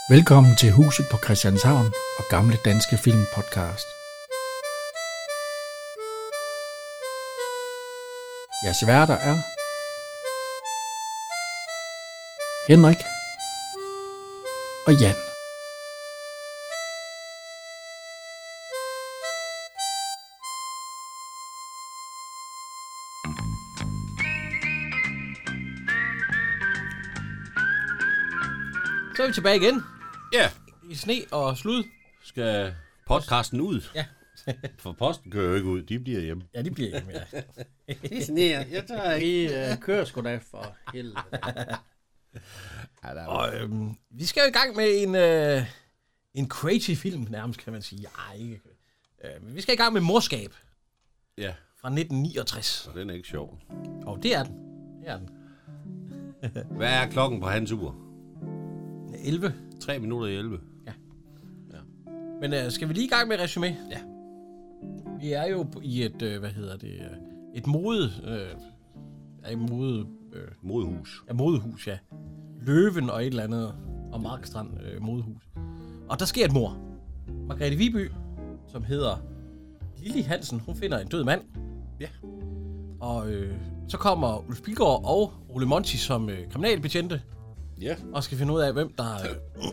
Velkommen til Huset på Christianshavn og Gamle Danske Film Podcast. Jeres værter er Henrik og Jan. Så er vi tilbage igen. Ja. I sne og slud. Skal podcasten ud? Ja. For posten kører jo ikke ud, de bliver hjemme. Ja, de bliver hjemme, ja. Det sneer, jeg tager ikke. Vi kører sgu da for helvede. Og vi skal jo i gang med en crazy film, nærmest kan man sige. Ja, ikke. Men vi skal i gang med Morskab. Ja. Fra 1969. Så den er ikke sjov. Og det er den. Det er den. Hvad er klokken på hans ur? 11. 3 minutter i 11. Men skal vi lige i gang med resumé? Ja. Vi er jo i et, et mode... Modehus. Ja, modehus, ja. Løven og et eller andet, og Markstrand modehus. Og der sker et mord. Margrethe Viby, som hedder Lili Hansen, hun finder en død mand. Ja. Og så kommer Ulf Pilgaard og Ole Monti som kriminalbetjente. Ja. Og skal finde ud af, hvem der...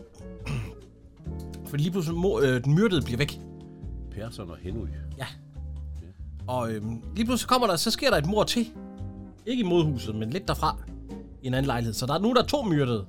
for lige pludselig den myrdede bliver væk. Persson og Henry. Ja. Og lige pludselig så sker der et mord til. Ikke i modhuset, men lidt derfra. I en anden lejlighed. Så der er nu der er 2 myrdede.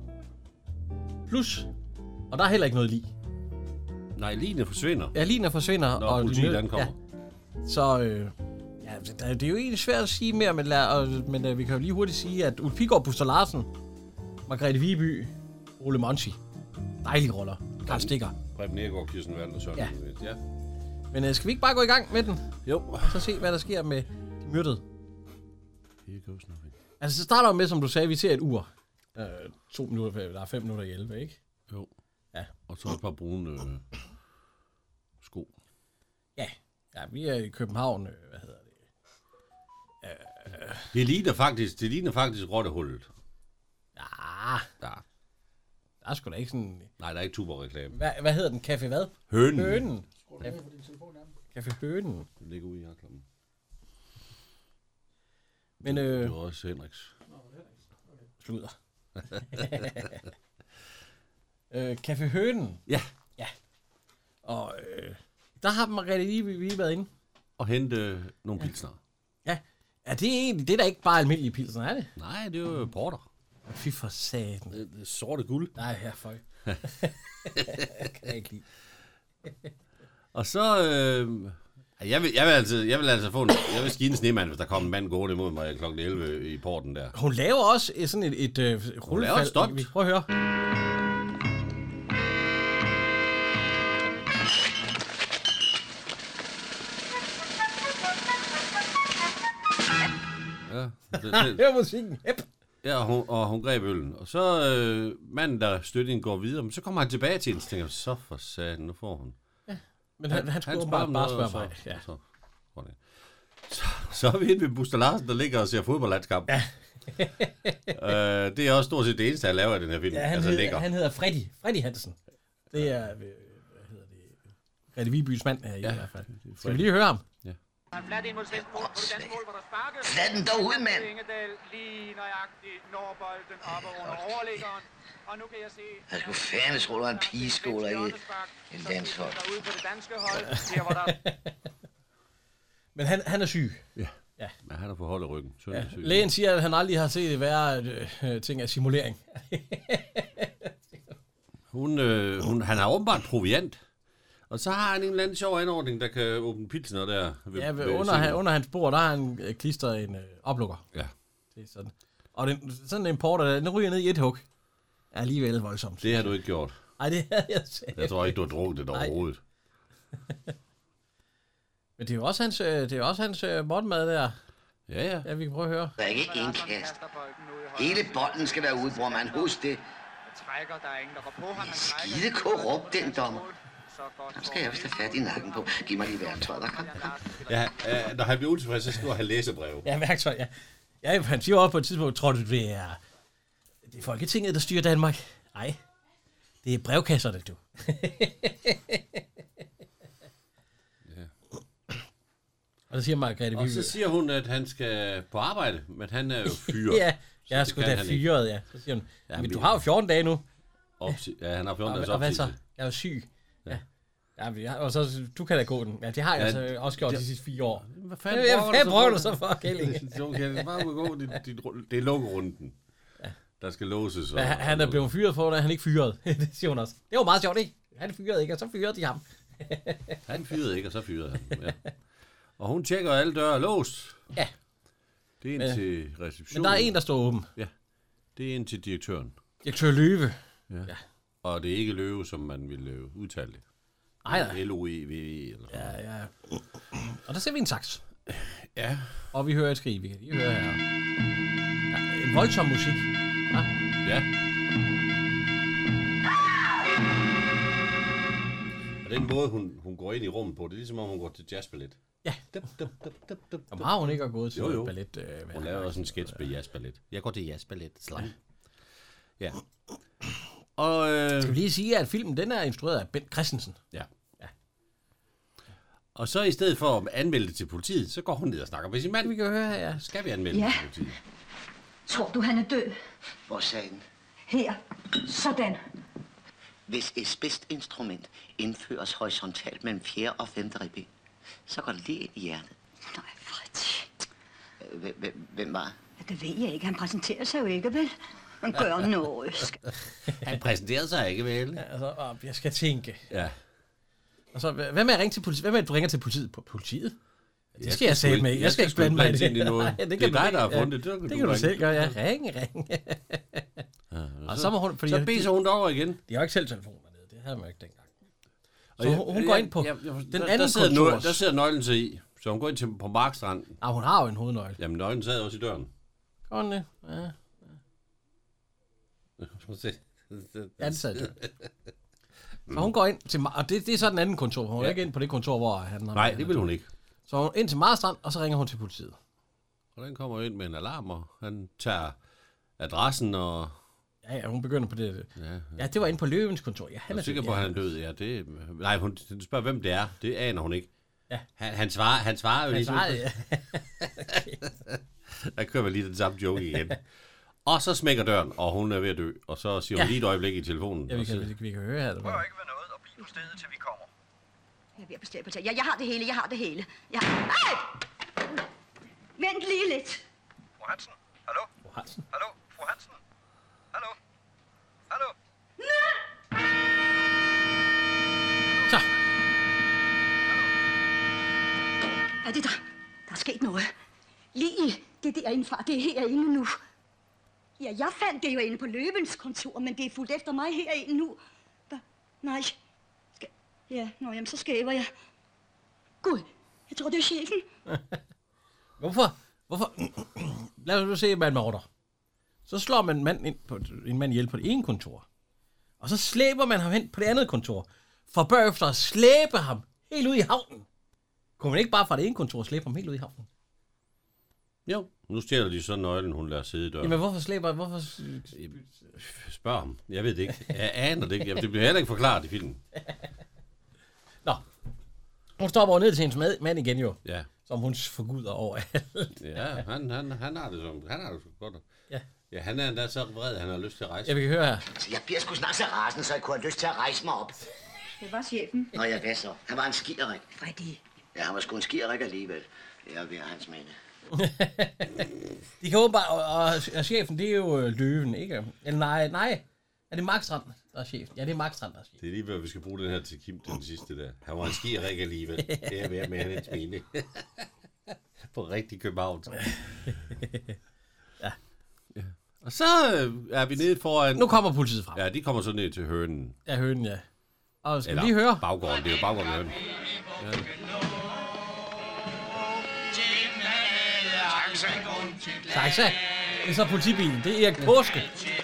Plus. Og der er heller ikke noget lig. Nej, ligene forsvinder. Ja, ligene forsvinder. Når og politiet ankommer. Ja. Så det er jo egentlig svært at sige mere, men vi kan jo lige hurtigt sige, at Ulf Pilgaard, Buster Larsen, Margrethe Viby, Ole Monti. Dejlige roller. Karl Stikker. Preben Nergård, Kirsten Walter, Søren. Ja. Men skal vi ikke bare gå i gang med den? Jo. Og så se, hvad der sker med de myrdede. Here goes nothing. Altså, det starter med, som du sagde, vi ser et ur. 2 minutter, der er 5 minutter i 11, ikke? Jo. Ja. Og så et par brune sko. Ja, vi er i København, Det ligner faktisk rottehullet. Ja, Der. der er sgu da ikke sådan... Nej, der er ikke Tuborg-reklame. Hvad hedder den? Café hvad? Hønen. Hønen. Café Hønen. Den ligger ude i jaklammen. Men Det var også Henriks. slutter. Café Hønen. Ja. Ja. Og der har Margrethe Viby været inde. Og hente nogle pilsner. Ja. Er det egentlig... Det er da ikke bare almindelige pilsner, er det? Nej, det er jo porter. Fy for satan. Det sorte guld. Nej, her føj. Kan jeg ikke lide. Og så... Jeg vil altså få jeg vil skide en snemand, hvis der kommer en mand gående imod mig kl. 11 i porten der. Hun laver også sådan et Hun laver et stunt. Prøv at høre. Ja, Hør musikken. Yep. ja og hun greb øllen. Og så manden, der støtte hende, går videre. Men så kommer han tilbage til hende, og tænker, så for satan, nu får hun. Men han skulle bare spørge mig. Ja. Så er vi inde ved Buster Larsen, der ligger og ser fodboldlandskamp. Ja. Det er også stort set det eneste, han laver i den her film. Ja, han hedder Freddy Hansen. Det er, Margrethe Vibys mand her i hvert fald. Skal vi lige høre ham? Ja. Lad den dog ud, mand! Jeg skulle fandme tro, der var en pigeskole, ikke en landshold. Men han er syg. Ja. Men han har fået hold i ryggen. Ja. Lægen siger, at han aldrig har set værre ting af simulering. Han har åbenbart proviant. Og så har han en eller anden sjov anordning, der kan åbne pilsner der. Under hans bord, der har han klistret en oplukker. Ja. Det er sådan. Og sådan en porter, den ryger ned i et hug. Er alligevel voldsomt. Det har du ikke gjort. Nej, det havde jeg sagt. Jeg tror ikke, du har drukket det overhovedet. Men det er jo også hans morgenmad der. Ja. Ja, vi kan prøve at høre. Der er ikke en kast. Hele bolden skal være ude, bror man. Husk det. Skide korrupt, den dommer. Ham skal jeg også have fat i nakken på. Giv mig lige værktøj, der kom. Ja, når han bliver utilfreds, så skriver han læsebreve. Ja, værktøj, ja. Ja, han siger også på et tidspunkt, tror du, det er Folketinget, der styrer Danmark? Nej, Det er brevkasserne, du. Og så siger Margrethe Og Viby. så siger hun, at han skal på arbejde, men han er jo fyret. Ja, jeg er sgu da fyret, ja. Så siger hun, men du har jo 14 dage nu. Ja, han har 14 dages Og hvad opsigelse. så? Jeg er jo syg. Ja, og så, du kan da gå den. Ja, det har jeg altså også gjort de sidste 4 år. Hvad fanden bruger du så for, Kælling? Det bare gå. Det er lukkerunden, der skal låses. Han er blevet fyret for, at han ikke fyret. Det siger hun også. Det var meget sjovt, ikke? Han fyrede ikke, og så fyrede de ham. Han fyrede ikke, og så fyrede han. Ja. Og hun tjekker, at alle døre er låst. Ja. Det er en til receptionen. Men der er en, der står åben. Ja. Det er en til direktøren. Direktør Løve. Ja. Og det er ikke Løve, som man ville udtale det. Nej. L-O-E-V-E eller sådan. Ja. Og der ser vi en saks. Ja. Og vi hører et skrig. Vi kan lige høre her. Ja, en voldsom musik. Ja. Og den måde, hun går ind i rummet på, det er ligesom om hun går til jazzballet. Ja. Og har hun ikke gået til ballet? Hun laver også en sketch med jazzballet. Jeg går til jazzballet. Slang. Ja. Og, skal vi lige sige, at filmen den er instrueret af Bent Christensen. Ja. Og så i stedet for at anmelde det til politiet, så går hun ned og snakker med sin mand. Vi kan høre her, ja. Skal vi anmelde det til politiet? Tror du, han er død? Hvor sagde den? Her. Sådan. Hvis et spidstinstrument indføres horisontalt mellem 4. og 5. ribben, så går det lige ind i hjertet. Nej, Fred. Hvem var? Ja, det ved jeg ikke. Han præsenterer sig jo ikke, vel? Han gør noget. Han præsenterer sig ikke, vel? Ja, altså, jeg skal tænke. Ja. Og så, hvad med at ringe til politiet? Hvad med at du ringer til politiet? Politiet? Det skal jeg sige med. Jeg skal ikke blande mig i det. Nej, det er dig, der har fundet det. Det kan du selv gøre, ja. Ring. Og så må hun... Så beser hun derover igen. De har jo ikke selv telefoner dernede. Det havde man jo ikke dengang. Så hun går ind på den anden kontor. Der sidder nøglen sig i. Så hun går ind på Markstrand. Ah, hun har jo en hovednøgle. Jamen, nøglen sad også i døren. Gør hun det? Ja. Ja, det sad det. Så hun går ind til... Og det er så den anden kontor. Hun er ikke ind på det kontor, hvor han har... Nej, det vil hun ikke. Så hun ind til Marstrand, og så ringer hun til politiet. Og den kommer ind med en alarm, og han tager adressen og... Ja, hun begynder på det. Ja, det var inde på Løvens kontor. Ja, han er sikker på, at han er død. Ja, det... Nej, hun spørger, hvem det er. Det aner hun ikke. Ja. Han svarer jo ligesom... Ja. Der kører vi lige den samme joke igen. Og så smækker døren, og hun er ved at dø. Og så siger hun lige et øjeblik i telefonen. Ja, vi kan høre her. Det må ikke være noget, og bliv på stedet, til vi kommer. Jeg er ved at bestille på det. Jeg har det hele, Vent lige lidt. Fru Hansen, hallo? Fru Hansen? Hallo, fru Hansen? Hallo? Hallo? Så. Er det der? Der er sket noget. Lige det derindefra, det er herinde nu. Ja, jeg fandt det jo inde på Løvens kontor, men det er fuldt efter mig herinde nu. Nej. Jamen, så skæver jeg. Gud, jeg tror, det er chefen. Hvorfor? Lad os nu se, man morder. Så slår man en mand ihjel på det ene kontor. Og så slæber man ham hen på det andet kontor. For bagefter at slæbe ham helt ud i havnen. Kunne man ikke bare fra det ene kontor slæbe ham helt ud i havnen? Jo, nu stjæler de så nøglen, hun lader sidde i døren. Jamen, hvorfor... Spørg ham. Jeg ved det ikke. Jeg aner det ikke. Jamen, det bliver heller ikke forklaret i filmen. Nå. Hun stopper ned til hendes mand igen jo. Ja. Som hun forguder over alt. Ja, han har det som... Han har det så godt. Ja. Ja, han er endda så vred, han har lyst til at rejse. Ja, vi kan høre her. Jeg bliver sgu snart så rasende, så jeg kunne have lyst til at rejse mig op. Det var chefen. Nå, jeg hvad så? Han var en skirik. Freddy. Ja, han var sgu en skirik alligevel. Det er ved hans minde. De kan åbenbart, og chefen, det er jo Løven, ikke? Eller nej. Er det Markstrand, der er chefen? Ja, det er Markstrand, der er chefen. Det er lige ved, vi skal bruge den her til Kim, den sidste der. Han var en skirik alligevel. Det er ved med hans minde. På rigtig København. Ja. Og så er vi nede foran... Nu kommer politiet frem. Ja, de kommer så ned til hønen. Ja, hønen, ja. Og skal vi lige høre? Baggården, det er jo baggården af hønen. Ja. Taxa. Det er så politibilen. Det er Erik Påske.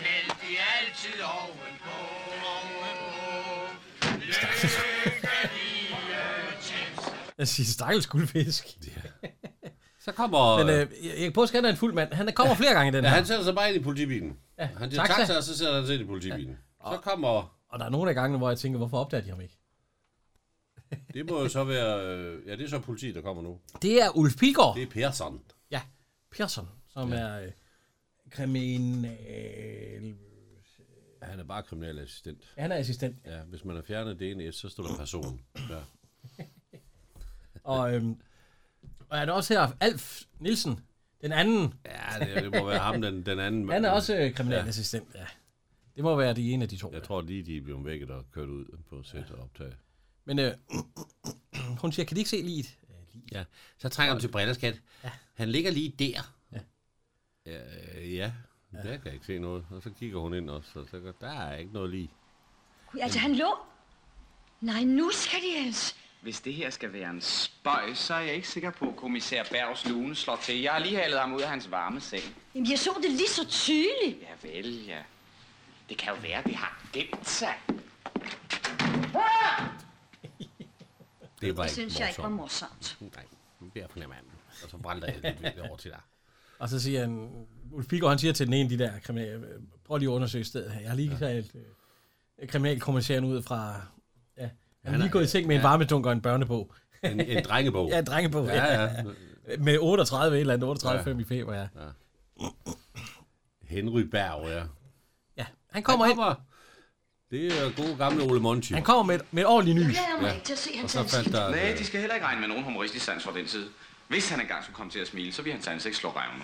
Jeg siger stakkels guldfisk. Ja. Så kommer... Men Erik Påske, han er en fuld mand. Han kommer flere gange i den her. Ja, han sætter sig bare ind i politibilen. Ja, Han siger taxa, og så sætter han sig ind i politibilen. Ja. Så kommer Og der er nogle af gangene, hvor jeg tænker, hvorfor opdager de ham ikke? Det må jo så være... det er så politiet, der kommer nu. Det er Ulf Pilgaard. Det er Persson. Ja, Persson, som er kriminal... Han er bare kriminalassistent. Han er assistent. Ja, hvis man har fjernet det ene, så står der person. Ja. Og er der også her Alf Nielsen, den anden. Ja, det må være ham, den anden. Han er også kriminalassistent, ja. Det må være de ene af de to. Jeg tror lige, de er blevet vækket og kørt ud på sæt og optage. Men hun siger, kan de ikke se liget? Ja, så trænger hun til briller, skat. Ja. Han ligger lige der. Ja. Ja, der kan jeg ikke se noget. Og så kigger hun ind også, og så der er ikke noget lige. Altså, han lå. Nej, nu skal de ellers. Hvis det her skal være en spøj, så er jeg ikke sikker på, at kommissær Bergs lune slår til. Jeg har lige halet ham ud af hans varme seng. Jamen, jeg så det lige så tydeligt. Ja vel, ja. Det kan jo være, at det har gemt sig. Det var Det synes jeg ikke var morsomt. Nej, nu bliver jeg fornemmer anden. Og så brænder jeg lidt over til dig. Og så siger han, Ulf Pilgaard, han siger til den ene af de der kriminal, prøv lige at undersøge stedet her. Jeg har lige talt kriminalkommissæren ud fra, ja, han er lige gået i seng med en varmedunk og en børnebog. En drengebog. Ja, en drengebog. Ja. Med 38 et eller andet, 38,5 i feber, ja. Henry Berg, ja. Ja, han kommer ind. Det er gode gamle Ole Monty. Han kommer med et ordentligt nys. Jeg glæder mig ikke til at se hans ansigt. Nej, de skal heller ikke regne med nogen humoristisk sans fra den side. Hvis han engang skulle komme til at smile, så vil hans ansigt slå revner.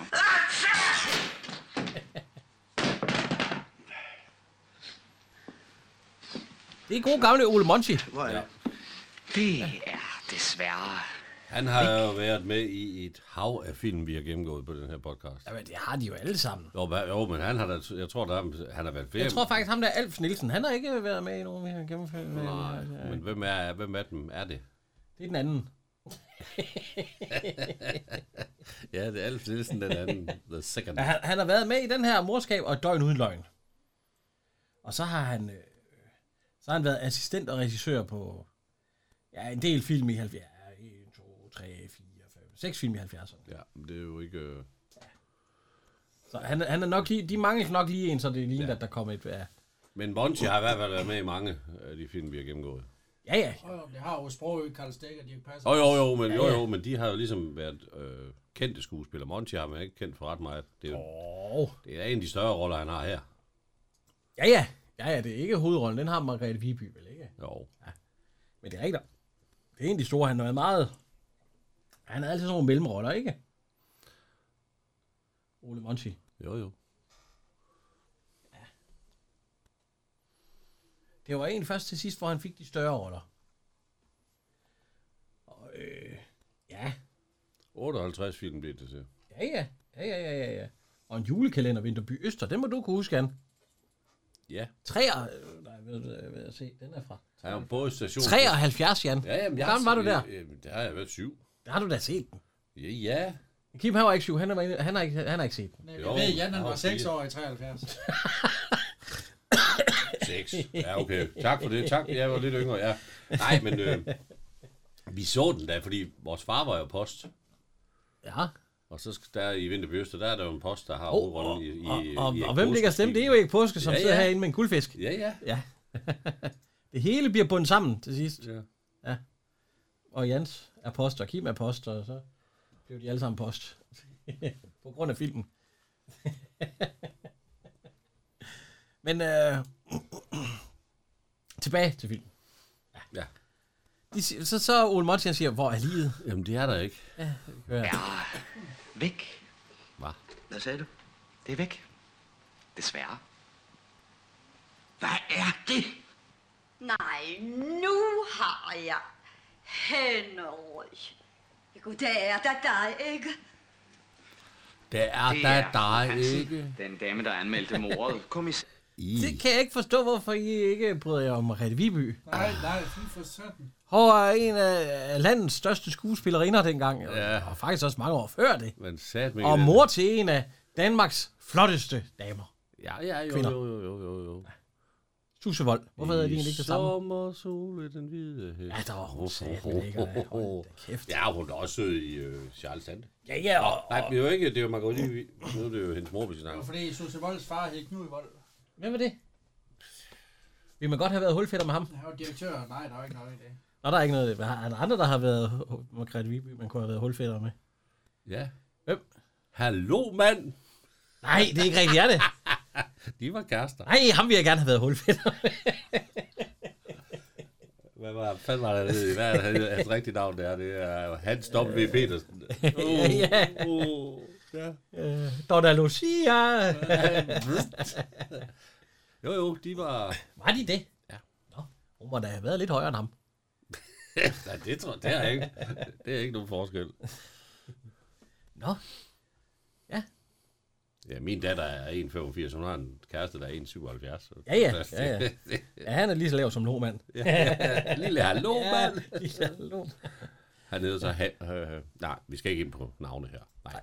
Det er gode gamle Ole Monty. Hvor er det? Det er desværre... Han har jo været med i et hav af film, vi har gennemgået på den her podcast. Jamen, det har de jo alle sammen. Jo, men han har da, jeg tror, han har været flere. Jeg tror faktisk, ham der Alf Nielsen, han har ikke været med i nogen, vi har gennemført. Nej, men hvem af dem er det? Det er den anden. Ja, det er Alf Nielsen, den anden. The second. Ja, han har været med i den her Morskab og Et døgn uden løgn. Og så har han været assistent og regissør på en del film i 70'erne. 1, 2, 3, 4, 5, 6 film i 70'erne. Ja, men det er jo ikke... Så han er nok lige, de mangler nok lige en, så det er lige, at der kommer et... Ja. Men Monty har i hvert fald været med i mange af de film, vi har gennemgået. Ja. Det har jo Sprogø, Karl Stegger, Dirch Passer. Jo, men de har jo ligesom været kendte skuespillere. Monty har man ikke kendt for ret meget. Det er en af de større roller, han har her. Ja, det er ikke hovedrollen. Den har Margrethe Viby vel ikke? Jo. Ja. Men det er rigtigt. Det er en af de store. Han har meget... Han har altid sådan nogle mellemroller, ikke? Ole Monty. Jo. Ja. Det var egentlig først til sidst, hvor han fik de større roller. Og, ja. 58 film blev det til. Ja. Og en julekalender, Vinterby Øster, den må du kunne huske, han. Ja. Ved at se, den er fra. Han er jo både station... 73, Jan. Ja, jamen, hvor gammel var du der? Der har jeg været 7. Der har du da set den. Ja. Kim, han var ikke 7, han har ikke set den. Nej, jeg ved, Jan, han var 6 år i 73. 6. Ja, okay. Tak for det. Tak, jeg var lidt yngre, ja. Nej, men vi så den da, fordi vores far var jo post. Ja. Og så der i Vinterby Øster, der er der jo en post, der har hovedrollen i og hvem ligger stemme? Det er jo ikke Påske, som sidder herinde med en guldfisk. Ja. Det hele bliver bundet sammen til sidst. Ja. Og Jens er post, og Kim er post, og så blev de alle sammen post. På grund af filmen. Men tilbage til filmen. Ja. Så Ole Monty siger, hvor er livet? Jamen, det er der ikke. Ja, væk. Hvad? Hvad sagde du? Det er væk. Desværre. Hvad er det? Nej, nu har jeg Henry. Goddag, er der dig, ikke? Det er dig ikke. Den dame, der anmeldte mordet. Kommissær. Det kan jeg ikke forstå, hvorfor I ikke bryder jer om Margrethe Viby. Nej, for sådan. Hun var en af landets største skuespillerinder dengang, og faktisk også mange år før det. Men sat mig og mor til en af Danmarks flotteste damer. Jo. Susse Wold. Hvorfor hedder de egentlig ikke det samme? Sommersol den hvide hest. Ja, der var hun satme lækker. Hold da kæft. Ja, hun er også sød i Charles Sande. Ja. Nej, det er jo ikke, det er jo Margrethe. Nu er det jo hendes mor, vi snakker. Det var fordi Susse Volds far hed Knud Vold. Hvem var det? Vil man godt have været hulfætter med ham? Han var direktør. Nej, der var ikke noget i det. Nå, der er ikke noget. Er der andre, der har været Margrethe Viby, man kunne have været hulfætter med? Ja. Hvem? Hallo, mand! Nej, det er ikke rigtigt, er det? De var kærester. Nej, ham vil jeg gerne have været hulfætter med. Hvad fanden var det? Hvad er hans rigtige navn der? Det er Hans W. Petersen. Ja. Donna Lucia. Jo, de var... Var de det? Ja. Nå, hun må da have været lidt højere end ham. Nej, det tror jeg, det er ikke. Det er ikke nogen forskel. Nå. Ja. Ja, min datter er 1,85, hun har en kæreste, der er 1,77. Ja. Ja, han er lige så lav som Lohmand. Ja, lille hallo, mand. Ja, lille hallo. Han hedder så... nej, vi skal ikke ind på navne her. Nej.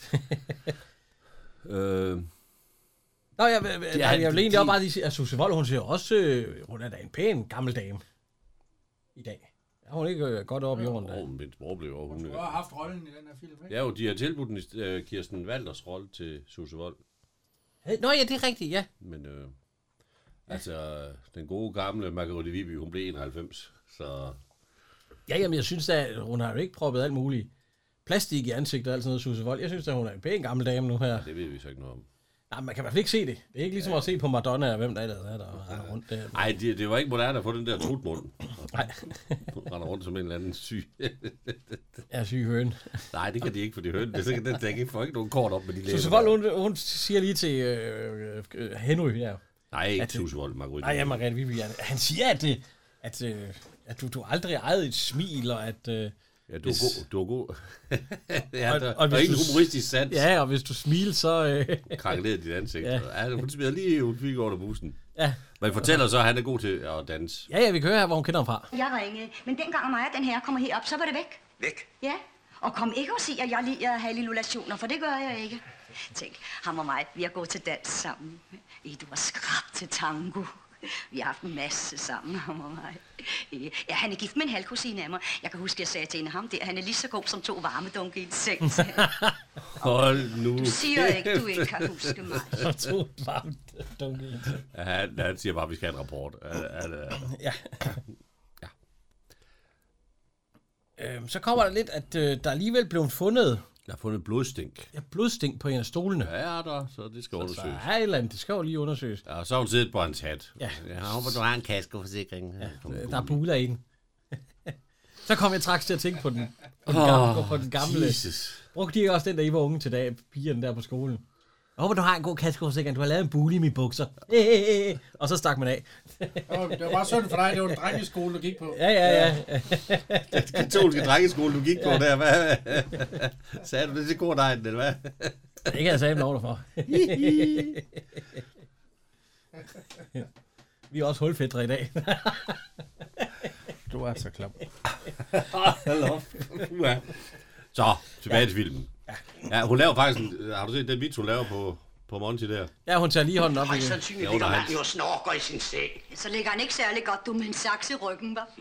Nå, jeg vil egentlig også bare lige sige, at Susse Wold, hun siger også, hun er da en pæn gammel dame i dag. Er hun ikke godt op i jorden der? Mit bror blev over. Hun har haft rollen i den her film, ikke? Ja, jo, de har tilbudt Kirsten Walders rolle til Susse Wold. Nå ja, det er rigtigt, ja. Men altså, den gode gamle Margrethe Viby, hun blev 91, så... Ja, jamen jeg synes da, hun har jo ikke proppet alt muligt plastik i ansigtet og alt sådan noget, Susse Wold. Jeg synes da, hun er en pæn gammel dame nu her. Ja, det ved vi så ikke noget om. Nej, man kan i hvert fald ikke se det. Det er ikke ligesom at se på Madonna og hvem der er der rundt der. Nej, det var ikke moderne at få den der trutmund. Nej. Render rundt som en eller anden syg. Ja, syg høne. Nej, det kan de ikke, for de høne. Det er den ikke får ikke nogen kort op med de læger. Susse Wold, hun siger lige til Henry her. Nej, ikke Susse Wold, Margrethe. Nej, ja, Margrethe Viby. Han siger, at du aldrig ejede et smil, og at... Ja, du er god. Ja, og der er ikke en humoristisk sans. Ja, og hvis du smiler, så... Krakkeleret dit ansigt. Ja, hun smider lige Ulfik over bussen. Ja. Men fortæller så, at han er god til at danse. Ja, vi kan høre her, hvor hun kender ham fra. Jeg ringede, men dengang mig og den her kommer herop, så var det væk. Væk? Ja, og kom ikke og sige, at jeg lider halilulationer, for det gør jeg ikke. Tænk, ham og mig, vi har gået til dans sammen. Du var skrab til tango. Vi har haft en masse sammen, ham og mig. Ja, han er gift med en halvkusine af mig. Jeg kan huske, at jeg sagde til hende, ham der, han er lige så god som 2 varmedunke i en seng. Hold nu. Du siger ikke, du ikke kan huske mig. Som 2 varmedunke i en seng. Ja, han siger bare, at vi skal have en rapport. Ja. Så kommer der lidt, at der alligevel blev fundet... Der er fundet blodstink. Ja, blodstink på en af stolene. Ja, der, så det skal undersøges. Så er et eller andet, det skal jo lige undersøges. Ja, og så har hun siddet på hans hat. Ja. Jeg håber, du har en kaskoforsikring. Ja, der er buler i den. Så kom jeg straks til at tænke på den. På den gamle. Jesus. Brugte de ikke også den, der I var unge til dag, pigerne der på skolen? Jeg håber, du har en god kaskoforsikring. Du har lavet en bule i mine bukser. Og så stak man af. Det var bare synd for dig, det var en drengeskole, du gik på. Ja. Den katolske drengeskole, du gik på der. Hvad? Sagde du det til Kordegnen, eller hvad? Det kan jeg sige lov dig for. Vi er også hulfædre i dag. Du er så klam. Så, tilbage til filmen. Ja, hun laver faktisk har du set den vits, hun laver på Monty der? Ja, hun tager lige hånden op. Højst sandsynligt ligger manden jo snorker i sin seng. Så ligger han ikke særlig godt, du med en saks i ryggen, hva'?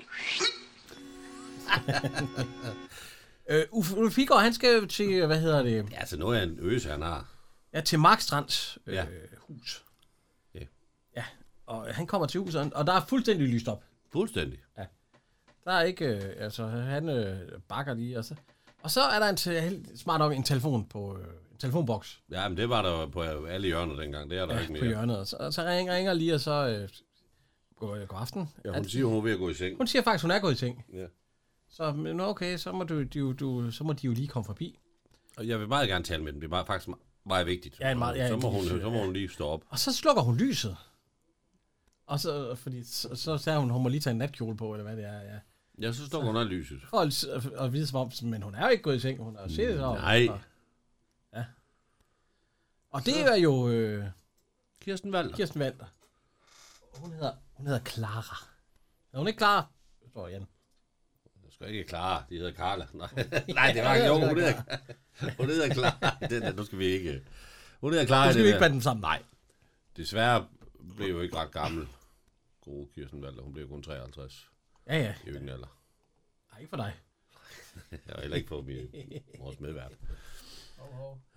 Ulf Pilgaard, han skal jo til, hvad hedder det? Ja, altså noget af en øse, han har. Ja, til Markstrands hus. Ja. Ja, og han kommer til huset, og der er fuldstændig lyst op. Fuldstændig. Ja. Der er ikke, altså han bakker lige, og så er der smart nok en telefon på en telefonboks. Ja, men det var der på alle hjørner dengang, det er der ikke mere. På hjørnet, så ringer lige, og så god aften. Ja, hun siger, hun er ved at gå i seng. Hun siger faktisk, hun er gået i seng. Ja. Så, men okay, så må de jo lige komme forbi. Og jeg vil meget gerne tale med dem, det er faktisk meget vigtigt. Ja, så må hun lige stå op. Og så slukker hun lyset. Og så, fordi så sagde hun må lige tage en natkjole på, eller hvad det er, ja. Ja, så står hun under lyset. For at vide som om, men hun er jo ikke gået i seng, hun har jo set det over. Nej. Ja. Og det er jo Kirsten Walther. Hun hedder Clara. Er hun ikke Clara? Det står Jan. Du skal ikke Clara, de hedder Carla. Nej, det var ikke jo, hun hedder Clara. Nu skal vi ikke. Hun hedder Clara. Nu skal vi ikke bande dem sammen. Nej. Desværre blev jo ikke ret gammel. Gode Kirsten Walther, hun blev kun 53. Ja. Det er jo ikke en alder. Nej, ikke for dig. Jeg er heller ikke på vores medvært.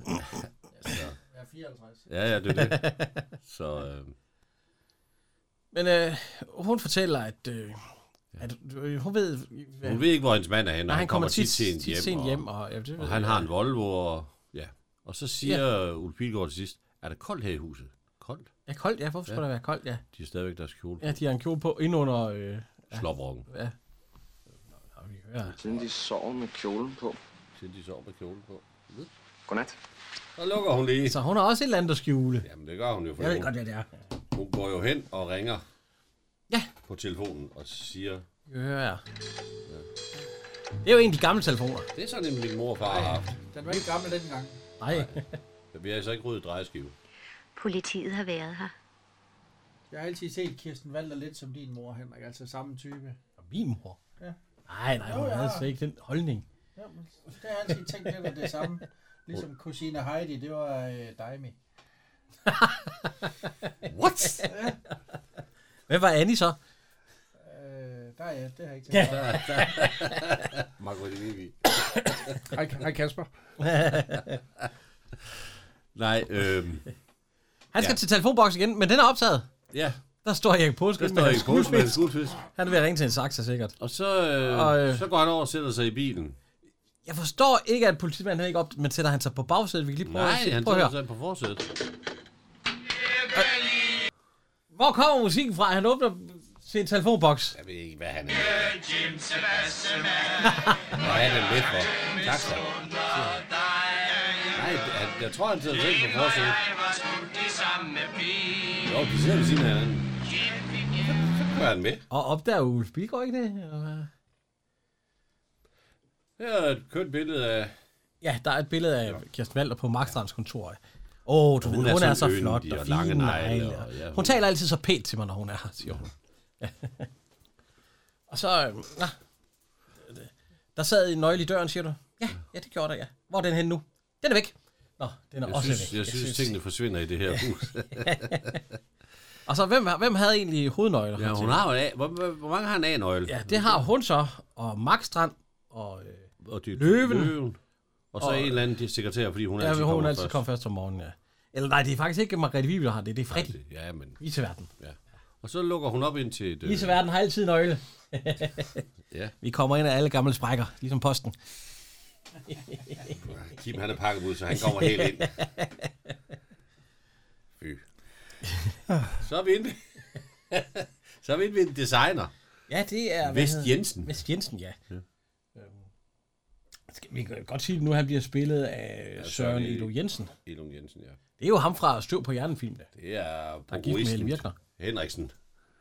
Jeg er 54. Ja, det er det. Så, Men hun fortæller, at hun ved... Hun ved ikke, hvor hendes mand er henne, og han kommer tit sent hjem. Og han har en Volvo, og så siger Ulf Pilgaard til sidst, er det koldt her i huset? Koldt? Ja, koldt, ja. Hvorfor skulle der være koldt, ja? De har stadigvæk deres kjole på. Ja, de har en kjole på ind under... Slåbrokken. Ja. Siden de sover med kjolen på. Godnat. Så lukker hun lige. Så hun har også et eller andet at skjule. Jamen, det gør hun jo. Jeg ved godt, det er. Hun går jo hen og ringer på telefonen og siger... Ja. Det er jo en af de gamle telefoner. Det er sådan en, min mor og far har haft. Den var ikke gammel dengang. Nej. Vi har altså ikke ryddet drejeskive. Politiet har været her. Jeg har altid set Kirsten Walther lidt som din mor, Henrik. Altså samme type. Og min mor? Ja. Nej, hun havde altså ikke den holdning. Ja, men det har jeg altid tænkt lidt af det samme. Ligesom kusine Heidi, det var Daimi. What? Ja. Hvad var Annie så? Det har jeg ikke tænkt. Margrethe Vivi. Hej Kasper. Nej, han skal til telefonboksen igen, men den er optaget. Ja. Der står Erik Påske. med skuldfisk. Han er ved at ringe til en Saxa, sikkert. Og så går han over og sætter sig i bilen. Jeg forstår ikke, at politimanden ikke op, men sætter han sig på bagsædet. Vi kan lige prøve han sætter sig på forsædet. Hvor kommer musikken fra? Han åbner sin telefonboks. Jeg ved ikke, hvad han er. Hvad er det med for? Tak så. Nej, jeg tror, han sætter sig på forsædet. Jo, de sidder ved siden af hinanden. Så kører han med. Og opdager Ulf Pilgaard ikke det? Her er et kønt billede af... Ja, der er et billede af Kirsten Walther på Markstrands kontor. Du ved, hun er så flot og fin negle. Hun taler altid så pænt til mig, når hun er her, siger hun. Og så... der sad en nøgle i døren, siger du? Ja, det gjorde der, ja. Hvor er den henne nu? Den er væk. Nå, den er også væk. Jeg synes, tingene forsvinder i det her hus. Og så, hvem havde egentlig hovednøgler? Ja, hun har jo hvor mange har en A-nøgle? Ja, det har hun så, og Markstrand, og Løven. Og så en eller anden sekretær, fordi hun altid kommer først om morgenen, ja. Eller nej, det er faktisk ikke Margrethe Viby, der har det. Det er Freddy. Ja, men... Viceverden. Ja. Og så lukker hun op ind til et... Viceverden har altid nøgle. Ja. Vi kommer ind af alle gamle sprækker, ligesom posten. Kim, han er pakket ud, så han kommer helt ind. Fy. Så er vi inde. Så er vi inde ved en designer. Ja, det er... Vest Jensen. Vest Jensen, ja. Vi kan godt sige, at nu han bliver spillet af Søren Elo Jensen. Elo Jensen, ja. Det er jo ham fra Støv på hjernen-filmen. Det er prokuristen Henriksen.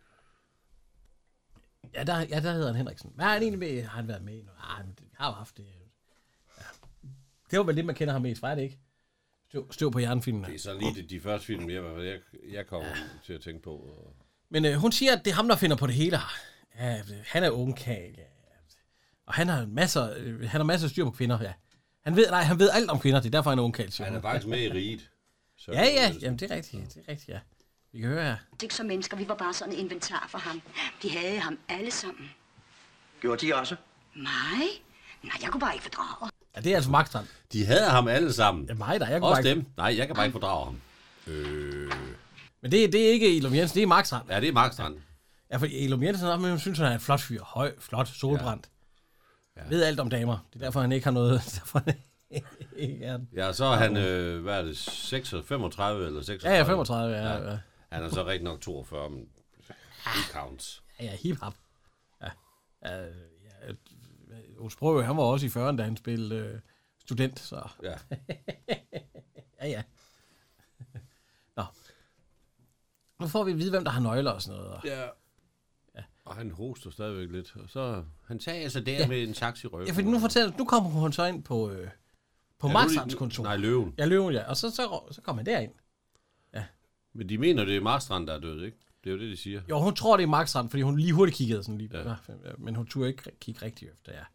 Ja, der hedder han Henriksen. Hvad har han egentlig med? Har han været med i noget? Han har jo haft det. Ja. Det var vel det, man kender ham mest fra, det ikke? Støv på hjernen-filmen. Det er så lige de første film, jeg kommer til at tænke på. Men hun siger, at det er ham, der finder på det hele her. Ja, han er ungkald, ja. Og han har masser af styr på kvinder, ja. Han ved alt om kvinder, det er derfor, han er ungkald. Han er faktisk med i riget. Ja, jamen det er rigtigt, ja. Vi kan høre her. Ikke som mennesker, vi var bare sådan en inventar for ham. De havde ham alle sammen. Gjorde de også? Nej, jeg kunne bare ikke fordrage. Ja, det er altså Markstrand. De havde ham alle sammen. Ja, mig der. Jeg også dem. Nej, jeg kan bare ikke fordrage ham. Men det er ikke Elum Jensen, det er Markstrand. Ja, det er Markstrand. Ja, for Elum Jensen, hun synes, han er en flot fyr. Høj, flot, solbrændt. Ja. Ved alt om damer. Det er derfor, han ikke har noget... Ja, så er han, hvad er det, 35 eller 36? Ja, 35, ja. Han er så rigtig nok 42, men he counts. Ja, hip-hop. Ja. Ulf Sprøge, han var også i 40'erne, da han spillede student, så... Ja. ja. Nå. Nu får vi at vide, hvem der har nøgler og sådan noget. Ja. Og han hoster stadigvæk lidt, og så... Han tager altså der med en sax i ryggen. Ja, for nu kommer hun så ind på Markstrands kontor. Nej, Løven. Ja, Løven, ja. Og så kommer han derind. Ja. Men de mener, det er Markstrand, der er død, ikke? Det er jo det, de siger. Jo, hun tror, det er Markstrand, fordi hun lige hurtigt kiggede sådan lige. Ja. Men hun turde ikke kigge rigtig efter, ja.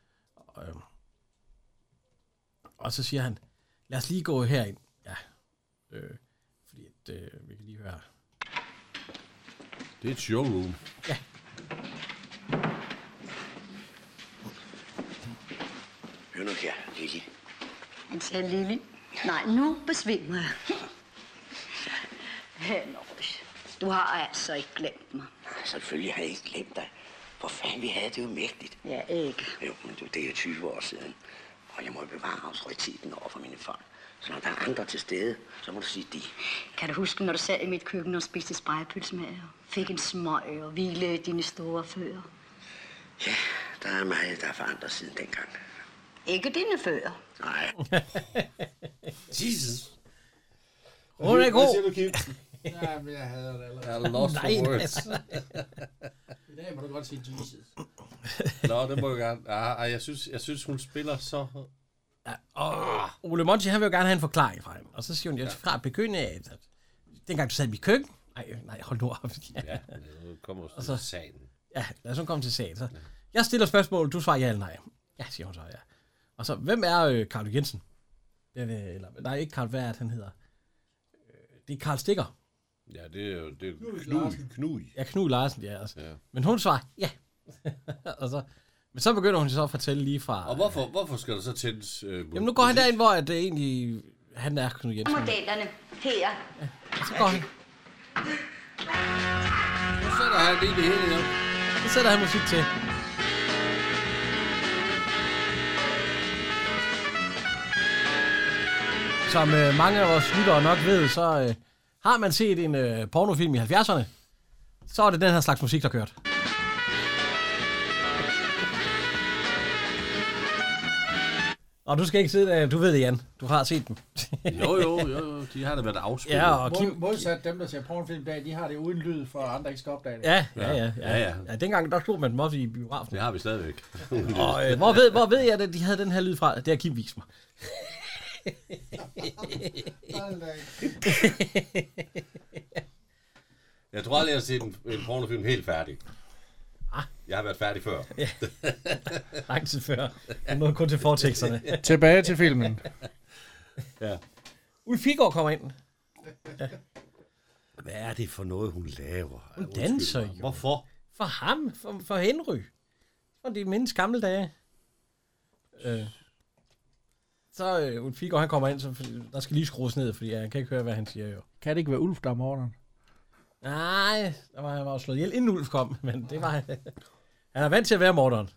Og så siger han, lad os lige gå herind. Ja. Fordi vi kan lige høre her. Det er et showroom. Ja. Hør nu her, Lili. Han sagde Lili. Nej, nu besvimer jeg. Henrik. Du har altså ikke glemt mig. Selvfølgelig har jeg ikke glemt dig. For fanden, vi havde det jo mægtigt. Ja, ikke. Jo, men det er 20 år siden. Og jeg må jo bevare autoriteten over for mine folk. Så når der er andre til stede, så må du sige de. Kan du huske, når du sad i mit køkken og spiste spegepølse med og fik en smøg og hvilede dine store fødder? Ja, der er meget, der er forandret siden dengang. Ikke dine fødder. Nej. Jesus. Hun er god. Hvad siger du, Kim? Ja, men jeg hader det allerede. Jeg er lost for words. I dag må du godt sige Jesus. Nå, det må jeg gerne. Jeg synes, hun spiller så... Ja, og Ole Monti, han vil jo gerne have en forklaring fra hende. Og så siger hun, jeg fra begynde af, at dengang du sad i mit køkken... Nej, hold nu op. Ja, nu kommer du til sagen. Ja, lad os nu komme til sagen. Så. Jeg stiller spørgsmål, du svarer ja eller nej. Ja, siger hun så, ja. Og så, hvem er Carl Jensen? Eller, nej, ikke Carl, hvad er det, han hedder? Det er Karl Stikker. Ja, det er jo Knud. Ja, Knud Larsen, ja. Altså. Ja. Men hun svarer ja. Og så, men så begynder hun så at fortælle lige fra... Og hvorfor skal der så tændes... jamen, nu går han derind, hvor det egentlig... Han er Knud Jensen. Modellerne her. Ja, så går han. Så sætter han lige det hele, ja. Så sætter han musik til. Som mange af vores lyttere nok ved, så har man set en pornofilm i 70'erne, så er det den her slags musik, der kørte. Og du skal ikke sidde der, du ved det, Jan. Du har set dem. jo, de har da været afspillet. Ja, og modsat dem, der ser pornofilm i dag, de har det uden lyd, for andre ikke skal opdage det. Ja. Dengang, der stod man dem også i biografen. Det har vi stadigvæk. Og hvor ved jeg, at de havde den her lyd fra? Det har Kim vist mig. Jeg tror aldrig, jeg har set en pornofilm helt færdig. Jeg har været færdig før. Lang tid før. Jeg nåede kun til forteksterne. Tilbage til filmen. Ja. Ulf Pilgaard kommer ind. Ja. Hvad er det for noget, hun laver? Hun danser jo. Hvorfor? For ham. For Henry. For de mindst gamle dage. Så Ulf Pilgaard, han kommer ind, så der skal lige skrues ned, fordi han kan ikke høre, hvad han siger jo. Kan det ikke være Ulf, der er morderen? Nej, han var jo slået ihjel, inden Ulf kom, men det var han. Han er vant til at være morderen.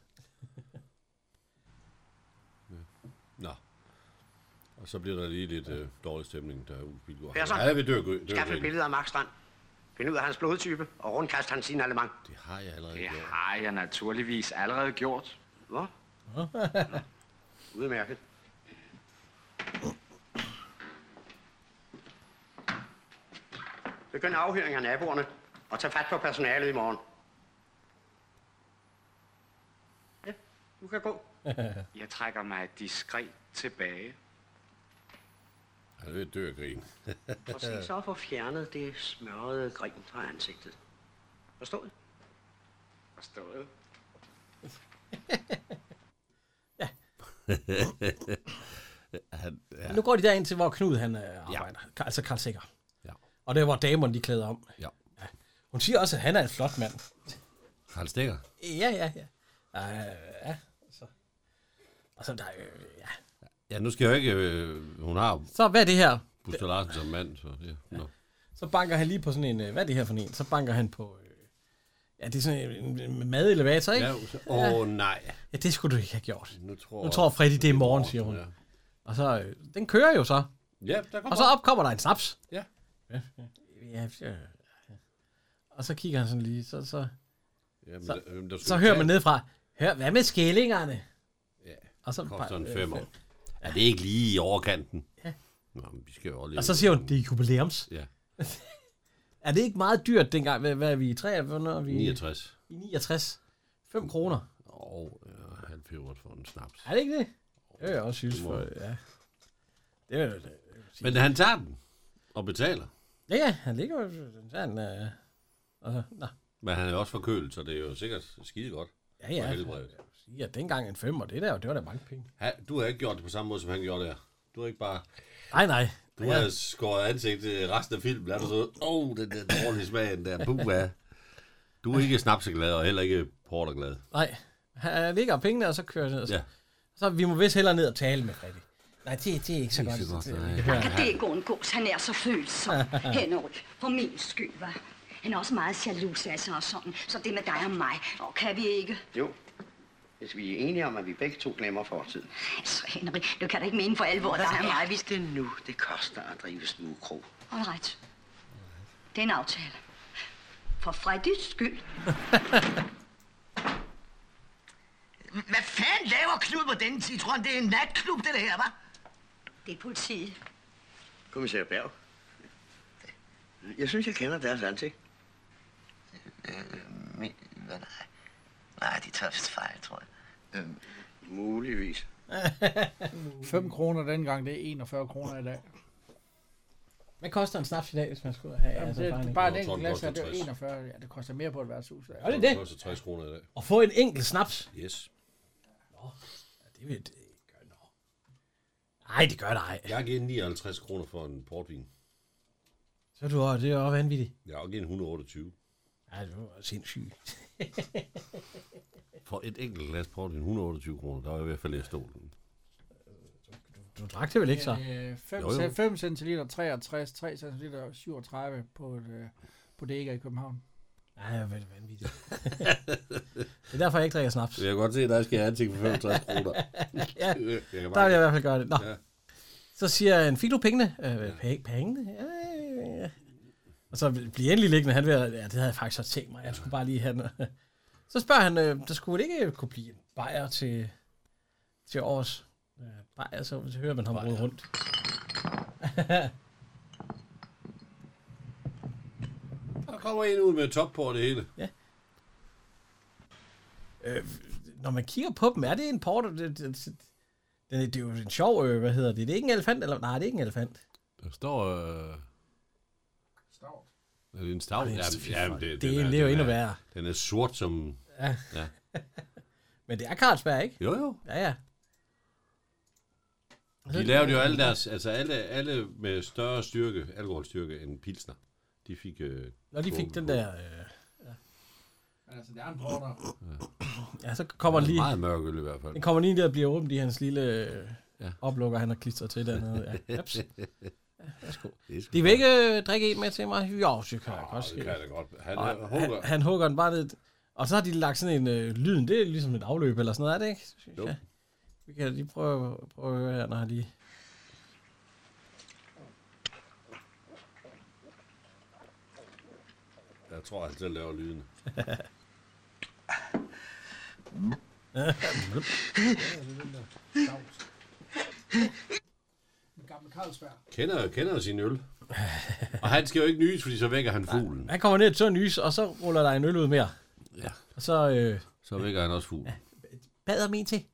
Nå. Og så bliver der lige lidt dårlig stemning, der Ulf Pilgaard. Persson, ja, vi dør skaff et billede af Mark Strand. Find ud af hans blodtype, og rundkast hans signalement. Det har jeg allerede gjort. Det har jeg naturligvis allerede gjort. Hvor? Udmærket. Begynd afhøring af naboerne, og tag fat på personalet i morgen. Ja, du kan gå. Jeg trækker mig diskret tilbage. Han er ved at dø af grin. Og se så at få fjernet det smørrede grin fra ansigtet. Forstået? Forstået. Ja. Nu går de derind til, hvor Knud han arbejder. Ja. Altså Karl Stikker. Ja. Og det er, hvor damerne de klæder om. Ja. Hun siger også, at han er en flot mand. Karl Stikker? Ja. Så der ja. Ja, nu skal jeg jo ikke... hun har... Så hvad er det her? Buster Larsen som mand, så det... No. Så banker han lige på sådan en... hvad er det her for en? Så banker han på... ja, det er sådan en madelevator, ikke? Ja, nej. Ja, det skulle du ikke have gjort. Nu tror Freddy, det er morgen, siger hun. Ja. Og så... den kører jo så. Ja, der og så opkommer der en snaps. Ja. Og så kigger han sådan lige, så så hører man nedefra, hør, hvad med skillingerne? Ja, og så koster en 5 år. Er det ikke lige i overkanten? Ja. Nå, men vi skal jo lige... Og så siger hun, det er jubilæums. Ja. Er det ikke meget dyrt dengang? Hvad er vi i 69. I 69. 5 kroner. Halvfjort for en snaps. Er det ikke det? Det er jeg også synes for, ja. Det er det. Men han tager den og betaler. Ja, han ligger jo sådan, Men han er også forkølet, så det er jo sikkert skide godt. Ja. Ja, dengang en 5, og det var da mange penge. Du har ikke gjort det på samme måde, som han gjorde der. Du har ikke bare... Nej. Du har skåret ansigt resten af filmen. Er du så... den der dårlige smagen der. Puha. Du er ikke snapseglad, og heller ikke porterglad. Nej. Han ligger pengene, og så kører det ned. Ja. Så vi må vist hellere ned og tale med Freddy. Nej, det er ikke så godt. Det kan det ikke undgås. Han er så følsom. Henry, for min skyld, hva'? Han er også meget jaloux, altså, og sådan. Så det med dig og mig, kan vi ikke? Jo. Hvis vi er enige om, at vi begge to glemmer fortiden. Altså, Henrik, du kan da ikke mene for alvor, dig og mig. Det nu, det koster at drive smugkrog. All right. Det er en aftale. For Freddys skyld. Hvad fanden laver Knud på denne citron? Det er en natklub, det her, hva'? Det er politiet. Kommissær Berg. Jeg synes, jeg kender deres ansigt. Nej, de tager vist fejl, tror jeg. Muligvis. 5 kroner dengang, det er 41 kroner i dag. Hvad koster en snaps i dag, hvis man skulle have? Jamen, altså, det, bare bare en en enkelt enkelt glas her, det er 60. 41. Ja, det koster mere på et værtshus. Ja, det er Det det. koster 60 kroner i dag. Og få en enkelt snaps. Yes. Nå, ja, det vil det gøre nå. Nej, det gør det ej. Jeg har givet 59 kroner for en portvin. Så det er også vanvittigt. Jeg har givet 128. Ja, det var sindssygt. For et enkelt glas portvin, 128 kroner. Der var jeg ved at falde i stolen. Du drak det vel ikke så? 5 centiliter 63, 3 centiliter 37 på et bodega i København. Nej, det er vanvittigt. Det er derfor, jeg ikke drikker snaps. Jeg kan godt se, at der skal jeg have ting for 65 kroner. Ja, der vil jeg i hvert fald gøre det. Nå. Ja. Så siger han, fik du pengene? Pengene? Ja. Og så bliver endelig liggende. Han vil, ja, det havde jeg faktisk så tænkt mig. Jeg skulle bare lige have noget. Så spørger han, der skulle ikke kunne blive en bajer til års. Bajer, så hører man ham rode rundt. Der kommer en ud med top på det hele. Ja. Når man kigger på dem, er det en porter? Det er jo en sjov, hvad hedder det? Det er ikke en elefant, eller? Nej, det er ikke en elefant. Der står... Stavt. Er det en stavt? Det er jo endnu værre. Den er sort som... Ja. Ja. Men det er Carlsberg, ikke? Jo. Ja. De lavede jo alle deres... Altså alle med større styrke, alkoholstyrke end pilsner. De fik... Når de fik den der... Men altså, det er en porter. Ja, så kommer den lige... Meget mørk øl i hvert fald. Den kommer lige der og bliver åbent i hans lille oplukker, han har klistret til dernede. Ja. Ups. Ja, værsgo. De vil ikke drikke en med til mig? Jo, så kan jeg godt. Det kan det godt. Han hugger den bare ned. Og så har de lagt sådan en lyden. Det er ligesom et afløb eller sådan noget, er det ikke? Jo. Ja. Vi kan lige prøve at høre her, når han lige... Jeg tror, han selv laver lyden. En gammel Carlsberg. Kender sin øl. Og han skal jo ikke nys, fordi så vækker han fuglen. Han kommer ned til at nys, og så ruller der en øl ud mere. Ja. Og så... Så vækker han også fuglen. Ja. Bad om en til.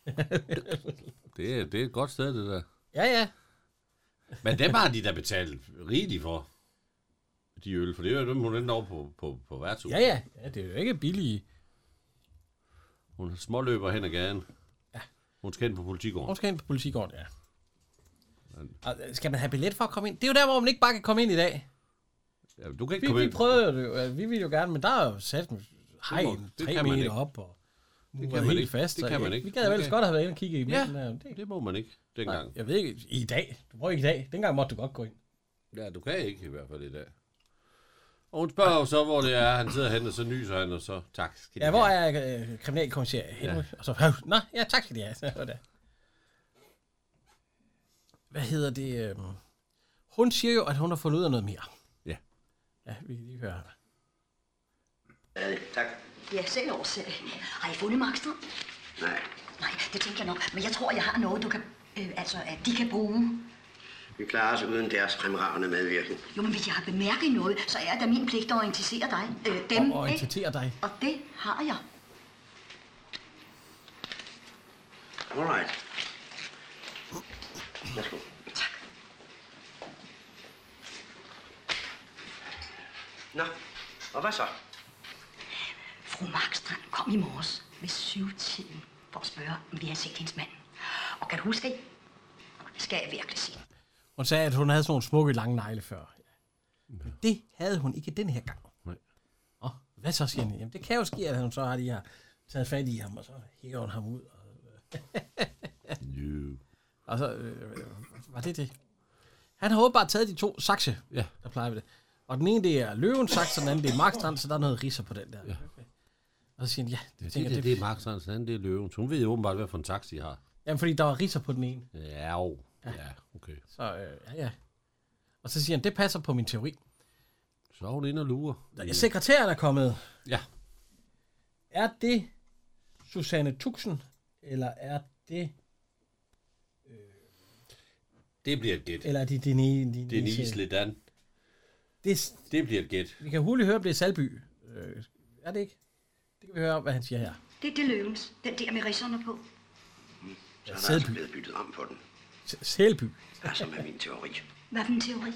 Det er et godt sted, det der. Ja. Men dem har de da betalt rigeligt for, de øl. For det er jo dem, hun endte over på værtshus. Ja, det er jo ikke billige. Hun småløber hen ad gaden. Ja. Hun skal ind på politigården. Ja. Og skal man have billet for at komme ind? Det er jo der, hvor man ikke bare kan komme ind i dag. Ja, du kan ikke komme ind. Vi prøvede det, vi ville jo gerne, men der er jo sat med hegn 3 meter op, og det kan man ikke. Fast, det kan man ikke. Vi gad vel godt have været inde og kigge i midten. Ja, det må man ikke dengang. Nej, jeg ved ikke, i dag. Du prøver ikke i dag. Dengang måtte du godt gå ind. Ja, du kan ikke i hvert fald i dag. Og hun spørger jo så, hvor det er. Han sidder hen, og så nyser han, og så tak. Ja, hvor er kriminalkommissær Henry? Ja. Og så, tak skal de have. Så hvad hedder det? Hun siger jo, at hun har fundet ud af noget mere. Ja. Ja, vi kan lige høre. Tak. Ja, selv årsag. Har I fundet Markstrøm? Nej. Nej, det tænker jeg nok. Men jeg tror, jeg har noget, du kan... at de kan bruge. Vi klarer os uden deres fremragende medvirkning. Jo, men hvis jeg har bemærket noget, så er det min pligt at orientere dig. Dem, og orientere dig. Og det har jeg. All right. Værsgo. Tak. Nå, og hvad så? Fru Markstrand kom i morges ved 7-tiden for at spørge, om vi har set hendes mand. Og kan du huske det? Skal jeg virkelig sige. Hun sagde, at hun havde sådan nogle smukke lange negle før. Men det havde hun ikke den her gang. Nej. Og hvad så, siger han? Jamen, det kan jo ske, at hun så har lige har taget fat i ham, og så hæver hun ham ud. Og så var det. Han har åbenbart taget de 2 sakse, der plejer ved det. Og den ene, det er løvens saks, og den anden, det er Markstrand, så der er noget ridser på den der. Ja. Okay. Og så siger han, ja. Det er Markstrand, så det er løven. Hun ved jo åbenbart, hvad for en taxi de har. Jamen, fordi der var ridser på den ene. Ja, okay. Så, ja. Og så siger han, det passer på min teori. Så er hun inde og lurer. Sekretæren er kommet. Ja. Er det Susanne Tuxen, eller er det... Det bliver et gæt. Eller er det Denise Ledan. Det bliver et gæt. Vi kan hurtigt høre, at det er Salby. Er det ikke? Det kan vi høre, hvad han siger her. Det er det løvens. Den der med risserne på. Så er der altså blevet byttet om på den. Selby. Altså med min teori. Hvad for en teori?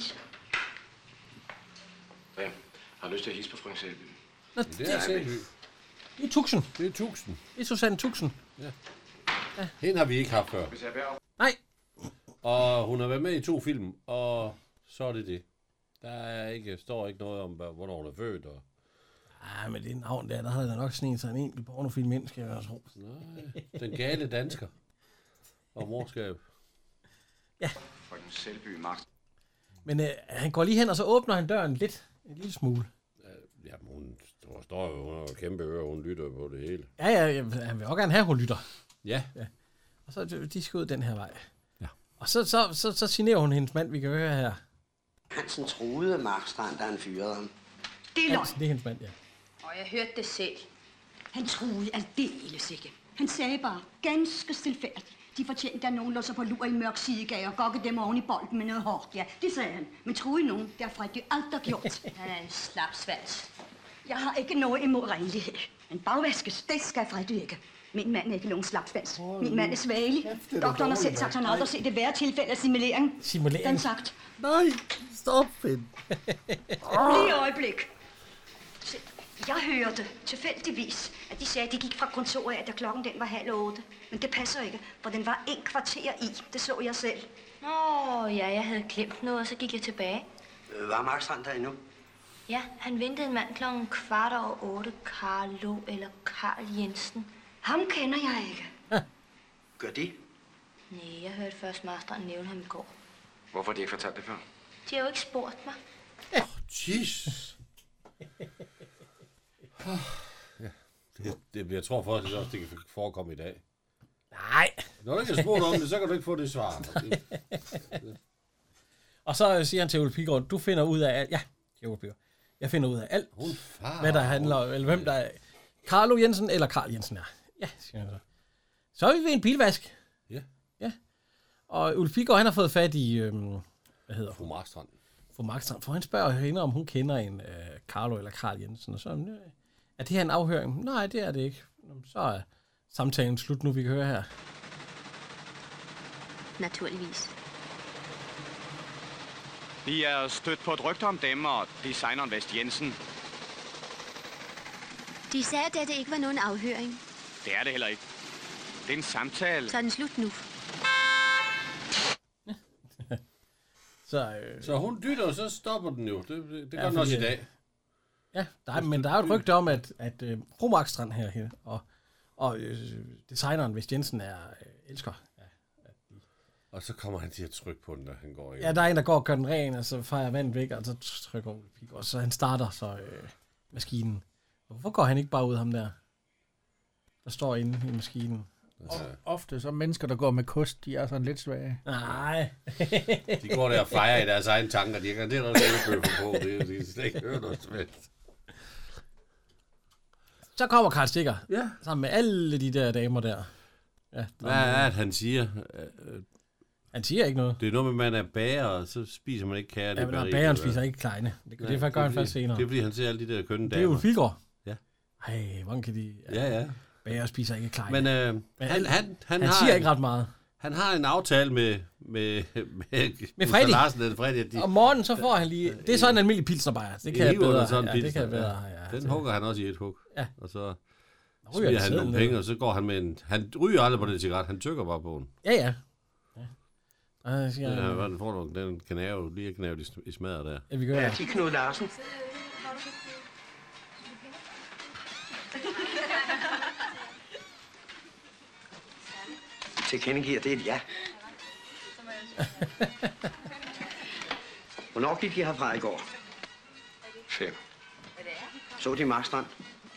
Hvad? Har lyst til at hilse på Frank Selby? Nå, det er Selby. Det er Tuxen. Det er Tuxen. Det er Susanne Tuxen. Ja. Hende har vi ikke haft før. Nej. Og hun har været med i 2 film, og så er det. Står ikke noget om, hvornår hun er født. Og... Ej, men det navn der havde der nok snedet sig en enkelt pornofilm ind, skal jeg tro. Nej, den gale dansker. Og morskab. Ja. Frøken Selby, Max. Men han går lige hen, og så åbner han døren lidt. En lille smule. Ja, hun står jo, hun har kæmpe ører, hun lytter på det hele. Ja, han vil også gerne have, hun lytter. Ja. Og så de skal ud den her vej. Ja. Og så signerer hun hendes mand, vi kan høre her. Hansen troede Markstrand, da han fyrede ham. Det er løgn. Hansen, det er hendes mand, ja. Og jeg hørte det selv. Han troede aldeles ikke. Han sagde bare, ganske stilfærdigt. De fortjente, at nogen lå sig på lur i en mørk sidegade og gokke dem oven i bolden med noget hårdt. Ja, det sagde han. Men troede nogen, det har Freddy aldrig gjort. Han er en slapsvans. Jeg har ikke noget imod renlighed. Men bagvaskes, det skal Freddy ikke. Min mand er ikke nogen slapsvans. Min mand er svagelig. Doktoren har selv sagt, at han aldrig set et værre tilfælde af simulering. Simulering? Den sagt. Nej, stop, Finn. Lige et øjeblik. Jeg hørte tilfældigvis, at de sagde, at de gik fra kontoret af, da klokken den var 7:30. Men det passer ikke, for den var 1 kvarter i. Det så jeg selv. Ja, jeg havde glemt noget, og så gik jeg tilbage. Var Markstrand der endnu? Ja, han ventede en mand klokken 7:15. Carlo eller Carl Jensen. Ham kender jeg ikke. Gør det? Nej, jeg hørte først Markstrand nævne ham i går. Hvorfor har de ikke fortalt det før? De har jo ikke spurgt mig. Jesus. Jeg tror faktisk også, det kan forekomme i dag. Nej. Når du ikke har spurgt om det, så kan du ikke få det svar. Og så siger han til Ole Pilgaard, du finder ud af alt. Ja, Ole Pilgaard. Jeg finder ud af alt, hvad der handler om, eller hvem der er. Carlo Jensen eller Carl Jensen er. Ja, siger han så. Så er vi ved en bilvask. Ja. Ja. Og Ole Pilgaard, han har fået fat i, hvad hedder Fru Markstrand. Fru Markstrand. For han spørger hende, om hun kender en Carlo eller Carl Jensen. Og så er det her en afhøring? Nej, det er det ikke. Så er samtalen slut nu, vi kan høre her. Naturligvis. Vi er stødt på et rygte om dem og designeren Vest Jensen. De sagde, at det ikke var nogen afhøring. Det er det heller ikke. Det er en samtale. Så er den slut nu. Så hun dytter, og så stopper den jo. Det gør den også i dag. Ja, men der er et rygte om, at fru Markstrand her og designeren Vest Jensen er elsker. Og så kommer han til at trykke på den, når han går ind. Ja, der er en, der går og gør den ren, og så fejrer vandet væk, og så trykker hun og så han starter så maskinen. Hvorfor går han ikke bare ud, ham der står inde i maskinen? Ofte så mennesker, der går med kost, de er sådan lidt svage. Nej. De går der og fejrer i deres egne tanker. De kan det noget bøffer på. Det er slet ikke hørt noget svært. Så kommer Karl Stikker. Ja. Sammen med alle de der damer der. Ja, hvad er det, han siger? Han siger ikke noget. Det er noget med, at man er bager, og så spiser man ikke kære. Ja, men bageren spiser ikke kleine. Det gør han først senere. Det er fordi, han ser alle de der kønne damer. Det er jo Pilgaard. Ja. Ej, hvordan kan de... Ja. Bager spiser ikke kleine. Men han siger ikke ret meget. Han har en aftale med Freddy. Larsen og Freddy. Om morgenen, så får han lige... Det er sådan en almindelig pilsnerbajer. Det kan jeg bedre. Sådan det kan jeg bedre. Ja, den hugger han også i et hug. Ja. Og så smider han nogle penge, og så går han med en... Han ryger aldrig på den cigaret. Han tykker bare på den. Ja. Hvordan får du den kanave, lige knæve i smadret der? Ja, vi gør det. Ja, Knud Larsen. Tilkendegiver det et ja. Hvornår gik I herfra i går? 5. Så de Markstrand?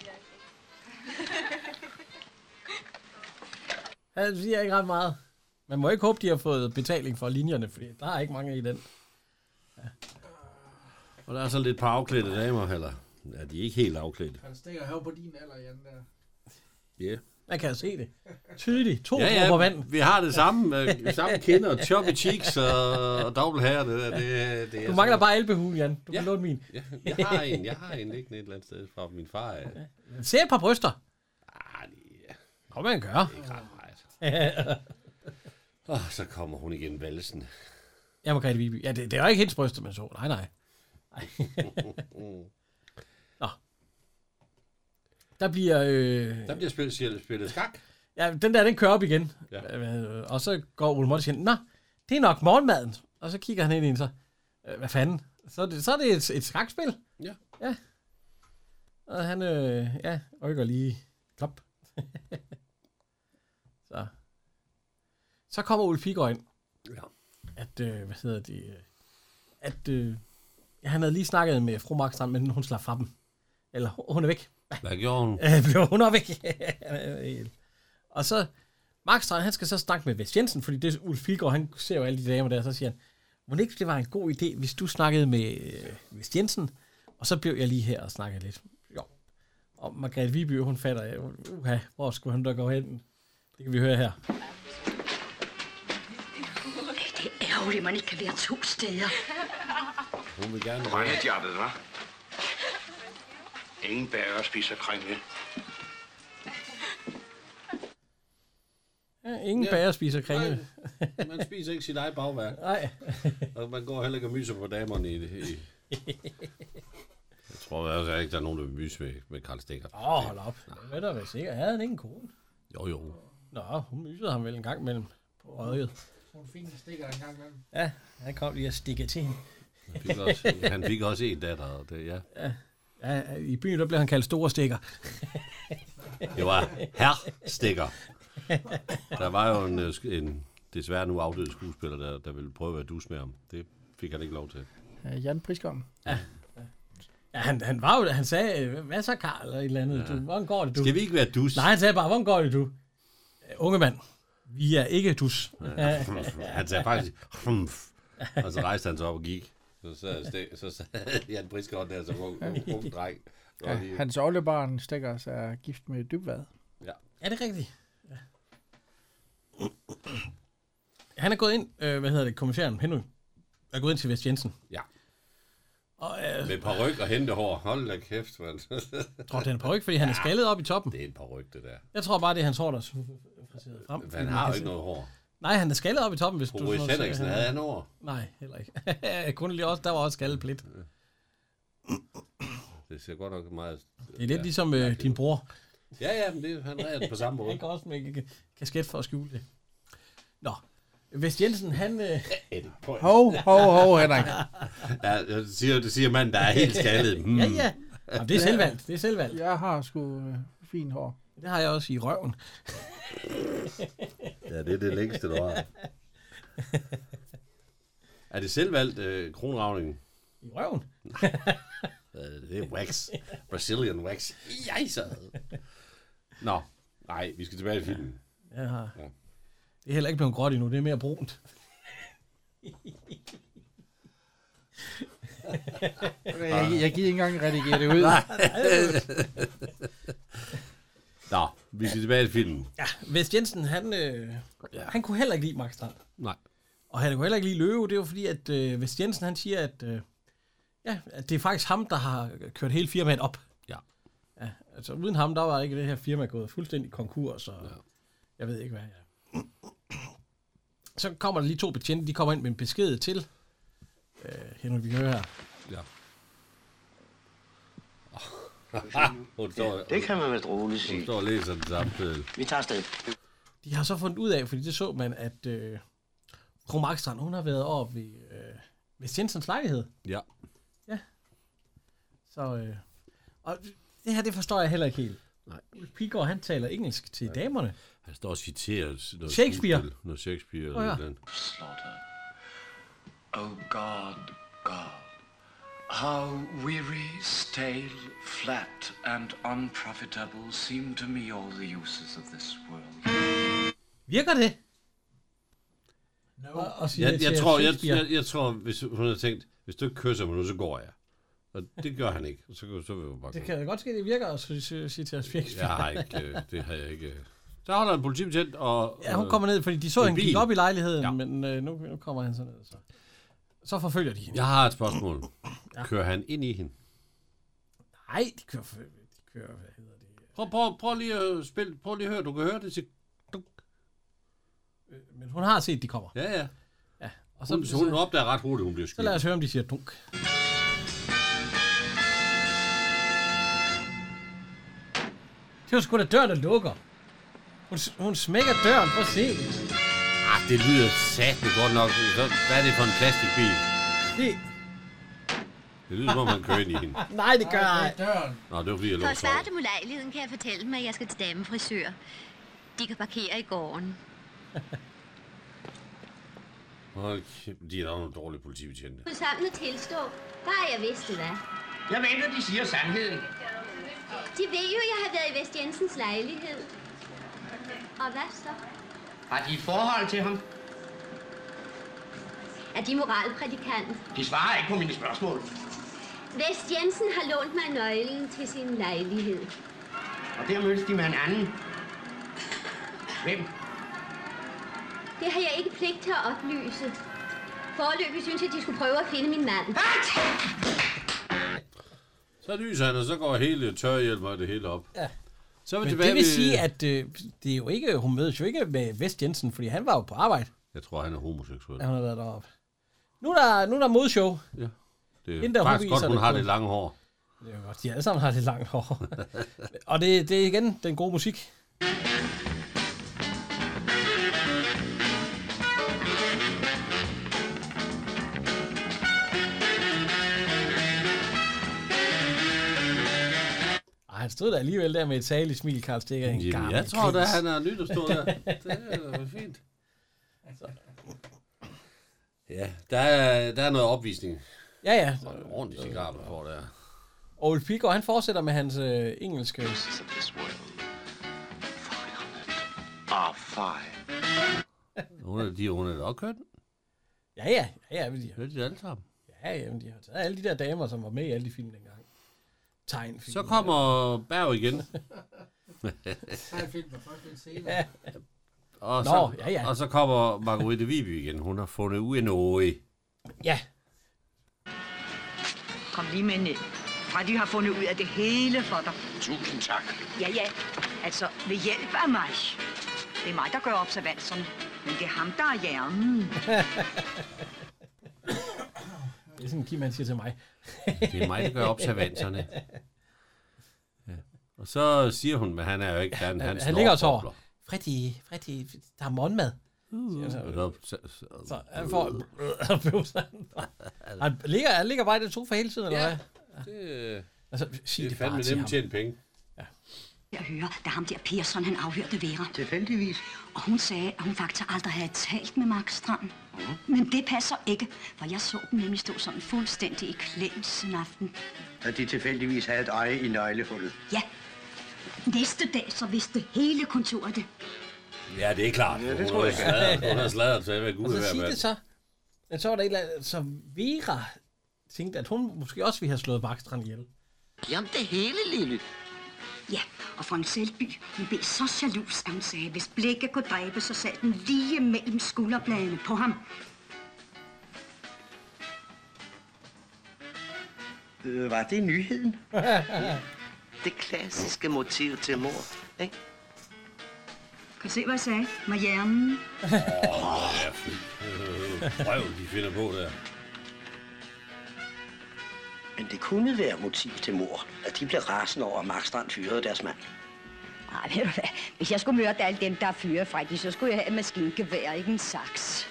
Han siger ikke ret meget. Man må ikke håbe, de har fået betaling for linjerne, fordi der er ikke mange i den. Ja. Og der er så lidt par afklædte damer, eller? Ja, de er ikke helt afklædte. Han stikker her på din alder, Jan, der. Ja. Yeah. Man kan se det. Tydeligt. 2 dråber vand. Vi har det samme. Samme kinder, og choppy cheeks og dobbelt her. Det du mangler bare elbehuen, Jan. Du kan låne min. Ja, jeg har en liggende et eller andet sted fra min far. Ja. Se et par bryster. Ja. Kom, man gør. Ikke ret meget. Så kommer hun igen valsen. Ja, Margrethe Viby. Ja, det er ikke hendes bryster, man så. Nej. Nå. Der bliver spillet skak. Ja, den kører op igen. Ja. Og så går Ole Monty og siger, nå, det er nok morgenmaden. Og så kigger han ind i en, så, hvad fanden? Så er det et skakspil. Ja. Og han, rykker lige klap. Så kommer Ulf Pilgaard ind. Ja. Han havde lige snakket med fru Markstrand, men hun slap fra dem. Eller hun er væk. Hvad gjorde hun? Hun er væk. Og så, Markstrand, han skal så snakke med Vest Jensen, fordi det er Ulf Pilgaard, han ser jo alle de damer der, så siger han, må ikke det var en god idé, hvis du snakkede med Vest Jensen, og så blev jeg lige her og snakkede lidt. Jo. Og Margrethe Viby, hun fatter, hvor skulle han da gå hen? Det kan vi høre her. Det er ærgerligt, man ikke kan være 2 steder. Hun vil gerne Brændehjertet, hva'? Ingen bager spiser kringle. Ja, ingen bager spiser kringle. Man spiser ikke sit eget bagværk. Nej. Og man går heller ikke og myser på damerne i Jeg tror altså ikke, der er nogen, der vil myse med Karl Stikker. Hold op. Hvad der være sikker? Havde han ikke en kone? Jo. Nå, hun mysede ham vel en gang mellem på øjet. Hun fik en stikker en gang imellem. Ja, han kom lige at stikke til hende. Han fik også en datter, og det, Ja, i byen der blev han kaldt Store Stikker. Det var herr Stikker. Der var jo en desværre nu afdød skuespiller, der ville prøve at dus med ham. Det fik han ikke lov til. Jan Prisgaard. Ja, han var jo, han sagde, hvad så Karl, eller et eller andet. Ja. Hvordan går det, du? Skal vi ikke være dus? Nej, han sagde bare, hvordan går det, du? Unge mand, vi er ikke dus. Han sagde faktisk, og så rejste han sig op og gik. Så sad Jan Prisgaard der som ung dreng. Ja, hans oldebarn Stikkers er gift med Dybvad. Ja. Er det rigtigt? Ja. Han er gået ind, kommissæren Henry, er gået ind til Vest Jensen. Ja. Og, med paryk og hentehår. Hold da kæft, mand. Jeg tror, det er en paryk, fordi han er skaldet op i toppen. Det er en paryk, det der. Jeg tror bare, det er hans hår, der frem. Han har jo ikke noget hår. Nej, han er skaldet op i toppen, hvis du... Boris Henriksen havde han hår? Nej, heller ikke. Kun lige også, der var også skaldet plet. Det ser godt nok meget... Det er lidt ligesom din bror. Ja, men han redder det på samme måde. Han kan også med kasket for at skjule det. Nå, Vest Jensen, han... Hov, Henrik. Ja, det siger manden, der er helt skaldet. Ja. Jamen, det er selvvalgt. Det er selvvalgt. Jeg har sgu fint hår. Det har jeg også i røven. Ja, det er det længste, du har. Er det selvvalgt kronravningen? I røven? Det er wax. Brazilian wax. Jejser. Nå, nej, vi skal tilbage i filmen. Ja. Det er heller ikke blevet gråt endnu, det er mere brunt. Jeg gider ikke engang redigere det ud. Nå, vi skal tilbage i filmen. Ja, Vest Jensen, han kunne heller ikke lide Markstrand. Nej. Og han kunne heller ikke lide Løve, det var fordi, at Vest Jensen, han siger, at det er faktisk ham, der har kørt hele firmaet op. Ja. Altså uden ham, der var ikke det her firma gået fuldstændig konkurs, og jeg ved ikke hvad. Så kommer der lige 2 betjente, de kommer ind med en besked til Henrik, vi hører her. Ja. Det kan man vel roligt sige. Hun står og læser den samtidig. Vi tager afsted. De har så fundet ud af, fordi det så man, at fru Markstrand, hun har været oppe ved Jensens lejlighed. Ja. Ja. Så, og det her, det forstår jeg heller ikke helt. Nej. Pilgaard, han taler engelsk til damerne. Han står og citerer noget Shakespeare. Noget Shakespeare eller Slaughter. Oh God, How weary, stale, flat and unprofitable seem to me all the uses of this world. Virker det? No. Jeg tror, hvis hun havde tænkt, hvis du ikke kysser mig nu, så går jeg. Og det gør han ikke. Så vil jeg bare det kan godt ske, det virker at sige til os Shakespeare. Det har jeg ikke. Der holder en politibetjent, og... Ja, hun kommer ned, fordi de så hende gik op i lejligheden, men nu kommer han så ned. Så forfølger de hende. Jeg har et spørgsmål. Kører han ind i hende? Nej, de kører hvad hedder det? Prøv lige at spille, prøv lige at høre, du kan høre det til... Men hun har set, de kommer. Ja. Og så hun opdager ret hurtigt, hun bliver skyld. Så lad os høre, om de siger dunk. Det var sgu da døren, der lukker. Hun smækker døren, prøv at se. Det lyder satme godt nok. Hvad er det for en plastikbil? Det lyder som om, han kører ind i hende. Nej, det gør jeg ikke. Nå, det var fordi, jeg lå For at starte med lejligheden kan jeg fortælle dem, at jeg skal til damefrisør. De kan parkere i gården. Hold kæft, de er da nogle dårlige politibetjente. Du er sammen og tilstå. Bare jeg vidste, hvad. Jeg venter, de siger sandheden. De ved jo, at jeg har været i Vest Jensens lejlighed. Og hvad så? Har de et forhold til ham? Er de moralprædikant? De svarer ikke på mine spørgsmål. Vest Jensen har lånt mig nøglen til sin lejlighed. Og der mødtes de med en anden. Hvem? Det har jeg ikke pligt til at oplyse. Foreløbig synes jeg, de skulle prøve at finde min mand. Så lyser han, og så går hele tørhjælp og det hele op. Ja. Så men det vil sige, at det er jo ikke, hun mødes jo ikke med Vest Jensen, fordi han var jo på arbejde. Jeg tror, han er homoseksuel. Ja, hun har været deroppe. Nu er der modshow. Ja. Det er faktisk godt, hun har det lange hår. Det er jo godt, de alle sammen har det lange hår. Og det er igen den gode musik. Han stod der alligevel der med et saligt smil, Karl Stikker. Jeg tror da, han er nyt at stå der. Det er fint. Så. Ja, der er noget opvisning. Ja. Og en ordentlig cigar, du får der. Og Ulf Pilgaard, han fortsætter med hans engelske. Hun er da også kørt. Ja. Hørte de alle sammen? Ja, men de har taget alle de der damer, som var med i alle de film dengang. Tegnfilm. Så kommer Berg igen. Tegnfilm var først lidt senere. Og så kommer Margrethe Viby igen. Hun har fundet ud af noget. Ja. Kom lige med ned. Fra de har fundet ud af det hele for dig. Tusind tak. Ja, altså ved hjælp af mig. Det er mig, der gør observanserne. Men det er ham, der er hjernen. Det er sådan, Kim han siger til mig. Det er mig, der gør observanserne. Ja. Og så siger hun, men han er jo ikke... Han ligger og sover. Freddy, der er morgenmad. Så han får... Han ligger bare i den sofa hele tiden, eller hvad? Det sig det fandme nemt tjene penge. Ja. Jeg hører, da ham der Persson, han afhørte Vera. Tilfældigvis. Og hun sagde, at hun faktisk aldrig havde talt med Mark Strand. Men det passer ikke, for jeg så dem nemlig stå sådan fuldstændig i klems en aften. At de tilfældigvis havde et øje i nøglehullet. Ja. Næste dag så vidste hele kontoret det. Ja, det er klart. Ja, det tror jeg ikke. Hun har sladret til, hvad Gud vil være med. Og så sig det så. Men så var der et eller andet, så Vera tænkte, at hun måske også ville have slået Mark Strand ihjel. Jamen, det hele, lille. Ja, og fra en Selby, hun blev så jaloux, at hun sagde, at hvis blikket kunne dræbe, så sad den lige mellem skulderbladene på ham. Var det nyheden? Det klassiske motiv til mor, ikke? Kan du se, hvad jeg sagde? Med hjernen. Ja, røv, de finder på der. Men det kunne være motiv til mor, at de blev rasende over, at Mark Strand fyrede deres mand. Nej, ved du hvad? Hvis jeg skulle myrde alle dem, der er fyret fra de, så skulle jeg have et maskingevær, ikke en saks.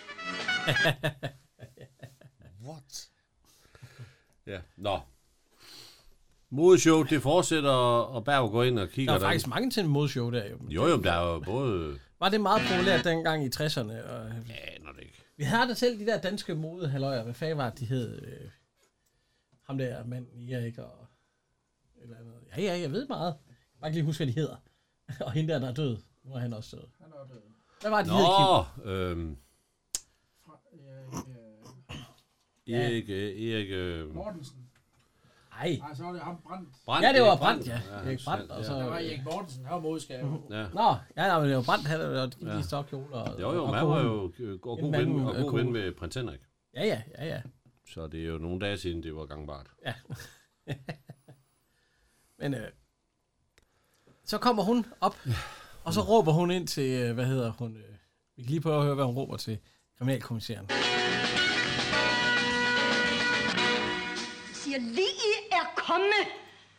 What? Ja, nå. Modeshow, det fortsætter, og Berg går ind og kigger. Der er faktisk mange til en modeshow der. Jo, der er jo både... Var det meget populært dengang i 60'erne? Og... Ja, når det ikke. Vi har da selv de der danske modehalløjer. Hvad fanden var det, de hed? ham der manden Erik og eller andet. Ja, jeg ved meget. Jeg kan bare ikke lige huske, hvad de hedder. Og hende der er død. Nu er han også død. Han er død. Hvad var det, Erik... Mortensen. Nej. Så var det ham Brandt. Ja, det var Brandt, ja. Erik Brandt, og så... Der var Erik Mortensen, han var modskab. Ja. Nå, ja, men det var Brandt, han havde de stokkjoler. Og Jo, han var jo god ven med prins Henrik. Ja. Så det er jo nogle dage siden, det var gangbart. Ja. Men så kommer hun op, og så råber hun ind til, hvad hedder hun? Vi kan lige prøve at høre, hvad hun råber til kriminalkommissæren. Siger, liget er kommet.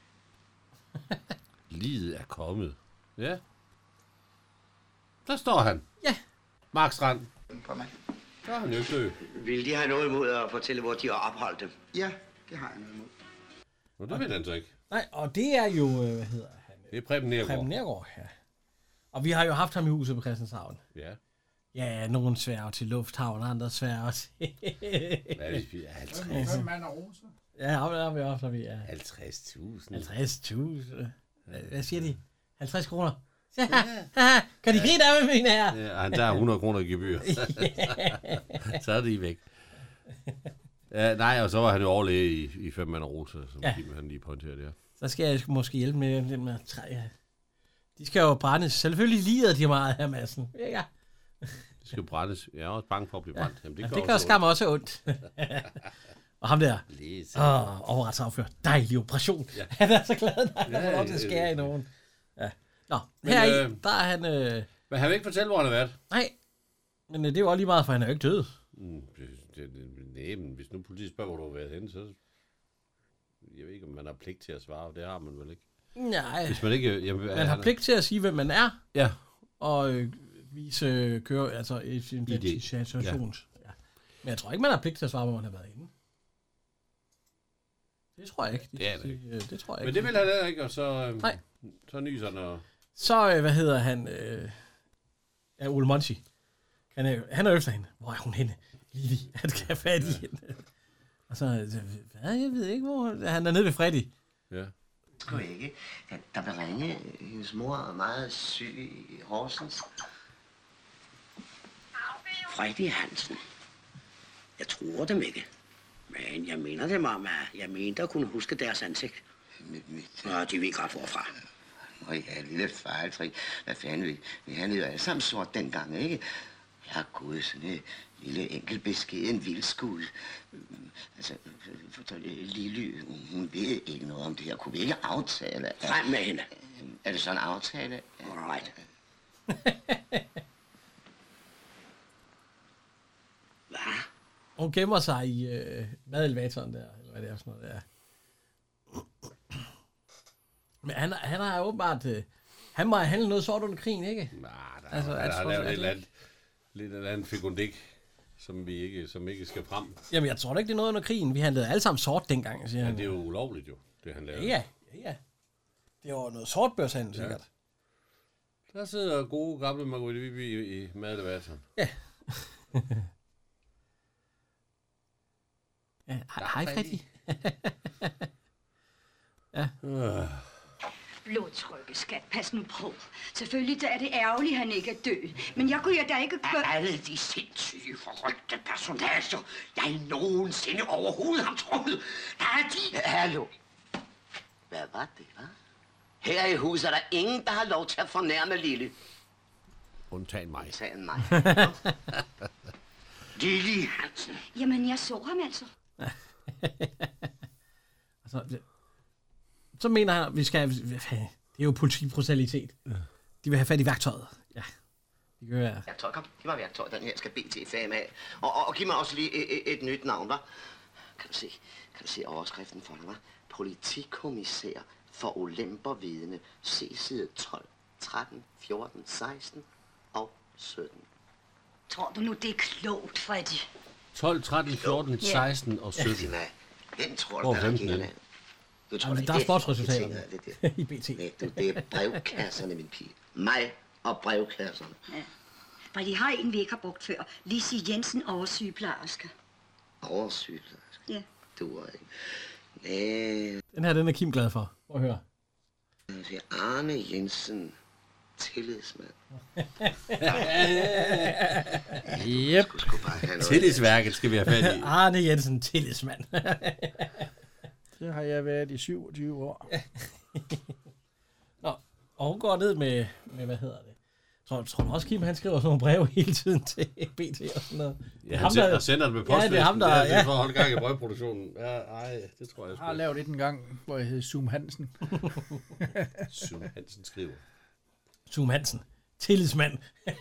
Liget er kommet. Ja. Der står han. Ja. Mark Strand. Så er han jo ikke død. Vil de have noget imod at fortælle, hvor de har opholdt dem? Ja, det har jeg noget imod. Nå, det ved han så ikke. Nej, og det er jo, hvad hedder han? Det er Preben Neergaard. Preben Neergaard, ja. Og vi har jo haft ham i huset på Christianshavn. Ja. Ja, nogen sværger til lufthavn, andre sværger til... Hvad er det, vi er 50? 5 mand og roser. Ja, der vi også, vi er... 50.000. 50.000. Hvad siger de? 50 kroner? Kan de grine af med mine her? Ja, han tager 100 kroner i gebyr. Så er de væk. Ja, nej, og så var han jo overlæge i 5 mand og roser, som han lige pointerede der. Så skal jeg måske hjælpe med den med træ. De skal jo brændes. Selvfølgelig lider de meget her, Madsen. Ja. De skal brændes. Jeg er også bange for at blive brændt. Jamen, det gør skam også ondt. Og ham der. Overretsafører. Dejlig operation. Ja. Han er så glad, når han får lov til at skære i nogen. Ja. Nå, her der er han... Men han vil ikke fortælle, hvor han har været. Nej, men det er jo også lige meget, for han er jo ikke død. Nej, men hvis nu politiet spørger, hvor du har været henne, så... Jeg ved ikke, om man har pligt til at svare. Det har man vel ikke. Nej. Hvis man ikke... Man har pligt til at sige, hvem man er. Ja. Og vise identifikation. Ja. Men jeg tror ikke, man har pligt til at svare, hvor man har været inde. Det tror jeg ikke. Det tror jeg men ikke. det vil han heller ikke, og så... Så nyser han og... Så, hvad hedder han? Ole Monchi. Han er efter hende. Hvor er hun henne? Lili, han skal have fat i hende. Og så, jeg ved ikke, hvor... Han er nede ved Freddy. Ja. Sgu ikke. Der vil ringe. Hendes mor er meget syg i Horsens. Freddy Hansen. Jeg tror dem ikke. Men jeg mener dem om, at jeg mente at kunne huske deres ansigt. Og de ved godt hvorfra. Ja, lille fejltrik. Hvad fanden vi havde jo alle sammen sort dengang, ikke? Ja, gud, sådan en lille enkel beskeden vildskud. Altså, Lille, hun ved ikke noget om det her. Kunne vi ikke aftale? Frem med hende. Er det sådan en aftale? Right. Hvad? Hun gemmer sig i madelevatoren der, eller hvad det er sådan noget der. Men han har åbenbart... han må have handlet noget sort under krigen, ikke? Nej, han har lavet et eller andet fikundik, som ikke skal frem. Jamen, jeg tror da ikke, det er noget under krigen. Vi handlede alle sammen sort dengang, siger han. Ja, det er jo ulovligt jo, det han lavede. Ja. Det var noget sortbørshandel, sikkert. Der sidder gode gamle Margrethe Viby i madelevatoren. Ja. Ja, hej Freddy. Ja. Blodtrykket, skat. Pas nu på. Selvfølgelig er det ærgerligt, han ikke er død. Men jeg kunne jo da ikke... Alle de sindssyge, forrygte personager, jeg nogensinde overhovedet har troet, der er de... Hallo. Hvad var det, hva'? Her i huset er der ingen, der har lov til at fornærme Lille. Undtagen mig. Undtagen mig. Lille Hansen. Jamen, jeg så ham altså. Så mener han, vi skal... Det er jo politibrutalitet. De vil have fat i værktøjet. Ja. Det gør jeg. Værktøj, kom. Giv mig værktøj. Den her skal BT fame af. Og giv mig også lige et nyt navn, hva'? Kan du se overskriften for dig, hva'? Politikommissær for Olempervidne. Se side 12, 13, 14, 16 og 17. Tror du nu, det er klogt, Freddy? 12, 13, 14, 16 og 17. Den tror du, der er gælder. Der er sportsresultater i BT. Det er brevkasserne, min pige. Mig og brevkasserne. Ja. For de har en, vi ikke har brugt før. Lise Jensen, oversygeplejerske. Oversygeplejerske? Ja. Du er ikke. Den her, den er Kim glad for. Prøv at høre. Arne Jensen, tillidsmand. Yep. Tillidsværket skal vi have fat i. Arne Jensen, tillidsmand. Det har jeg været i 27 år. Nå, og hun går ned med hvad hedder det? Tror du også, Kim, han skriver sådan nogle breve hele tiden til BT og sådan noget? Ja, han sender det med postvæsken. Ja, det er ham, der... Det er for at holde gang i brevproduktionen. Ja, ej, det tror jeg. Jeg har lavet det en gang, hvor jeg hed Zoom Hansen. Zoom Hansen skriver. Zoom Hansen. Tillidsmand.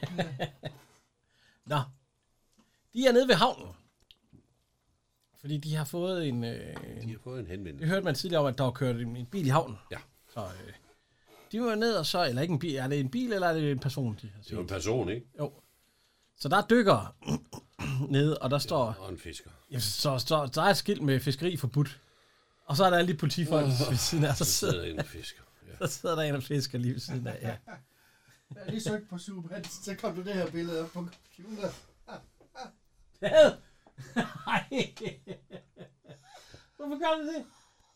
Nå. De er nede ved havnen. Fordi de har fået en... de har fået en henvendelse. Det hørte man tidligere om, at der var kørt en bil i havnen. Ja. Så de var ned og så... Eller ikke en bil. Er det en bil, eller er det en person, de har set? Det er en person, ikke? Jo. Så der er dykkere nede, og der står... Og en fisker. Ja, så der er et skilt med fiskeri forbudt. Og så er der alle de politifolk ved siden af. Så sidder en fisker. Ja. Så sidder der en og fisker lige ved siden af, ja. Jeg har lige søgt på Zoom Hansen, så kom du det her billede op på computer. Hvad? Nej. Hvorfor gør du det?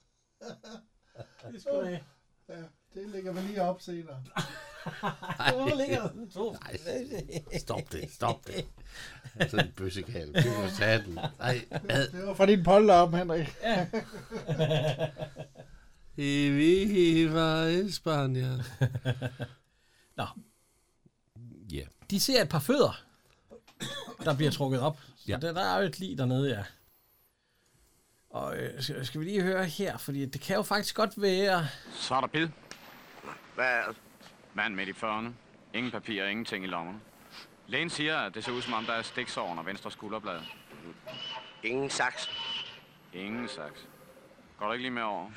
Det skulle jeg. Ja, det lægger vi lige op senere. Hvorfor ligger der to? Nej, stop det. Sådan en bøssekald. Det var satan. Nej, det var fra din polter op, Henrik. Ja. Viva España. Nå. Ja. De ser et par fødder, der bliver trukket op. Ja. Så der er jo et lig dernede, ja. Og skal vi lige høre her, fordi det kan jo faktisk godt være... Så er der pid. Hvad? Mand midt i 40'erne. Ingen papirer, ingenting i lommerne. Lægen siger, at det ser ud som om, der er stiksår under venstre skulderblad. Ingen saks. Ingen saks. Går du ikke lige med over?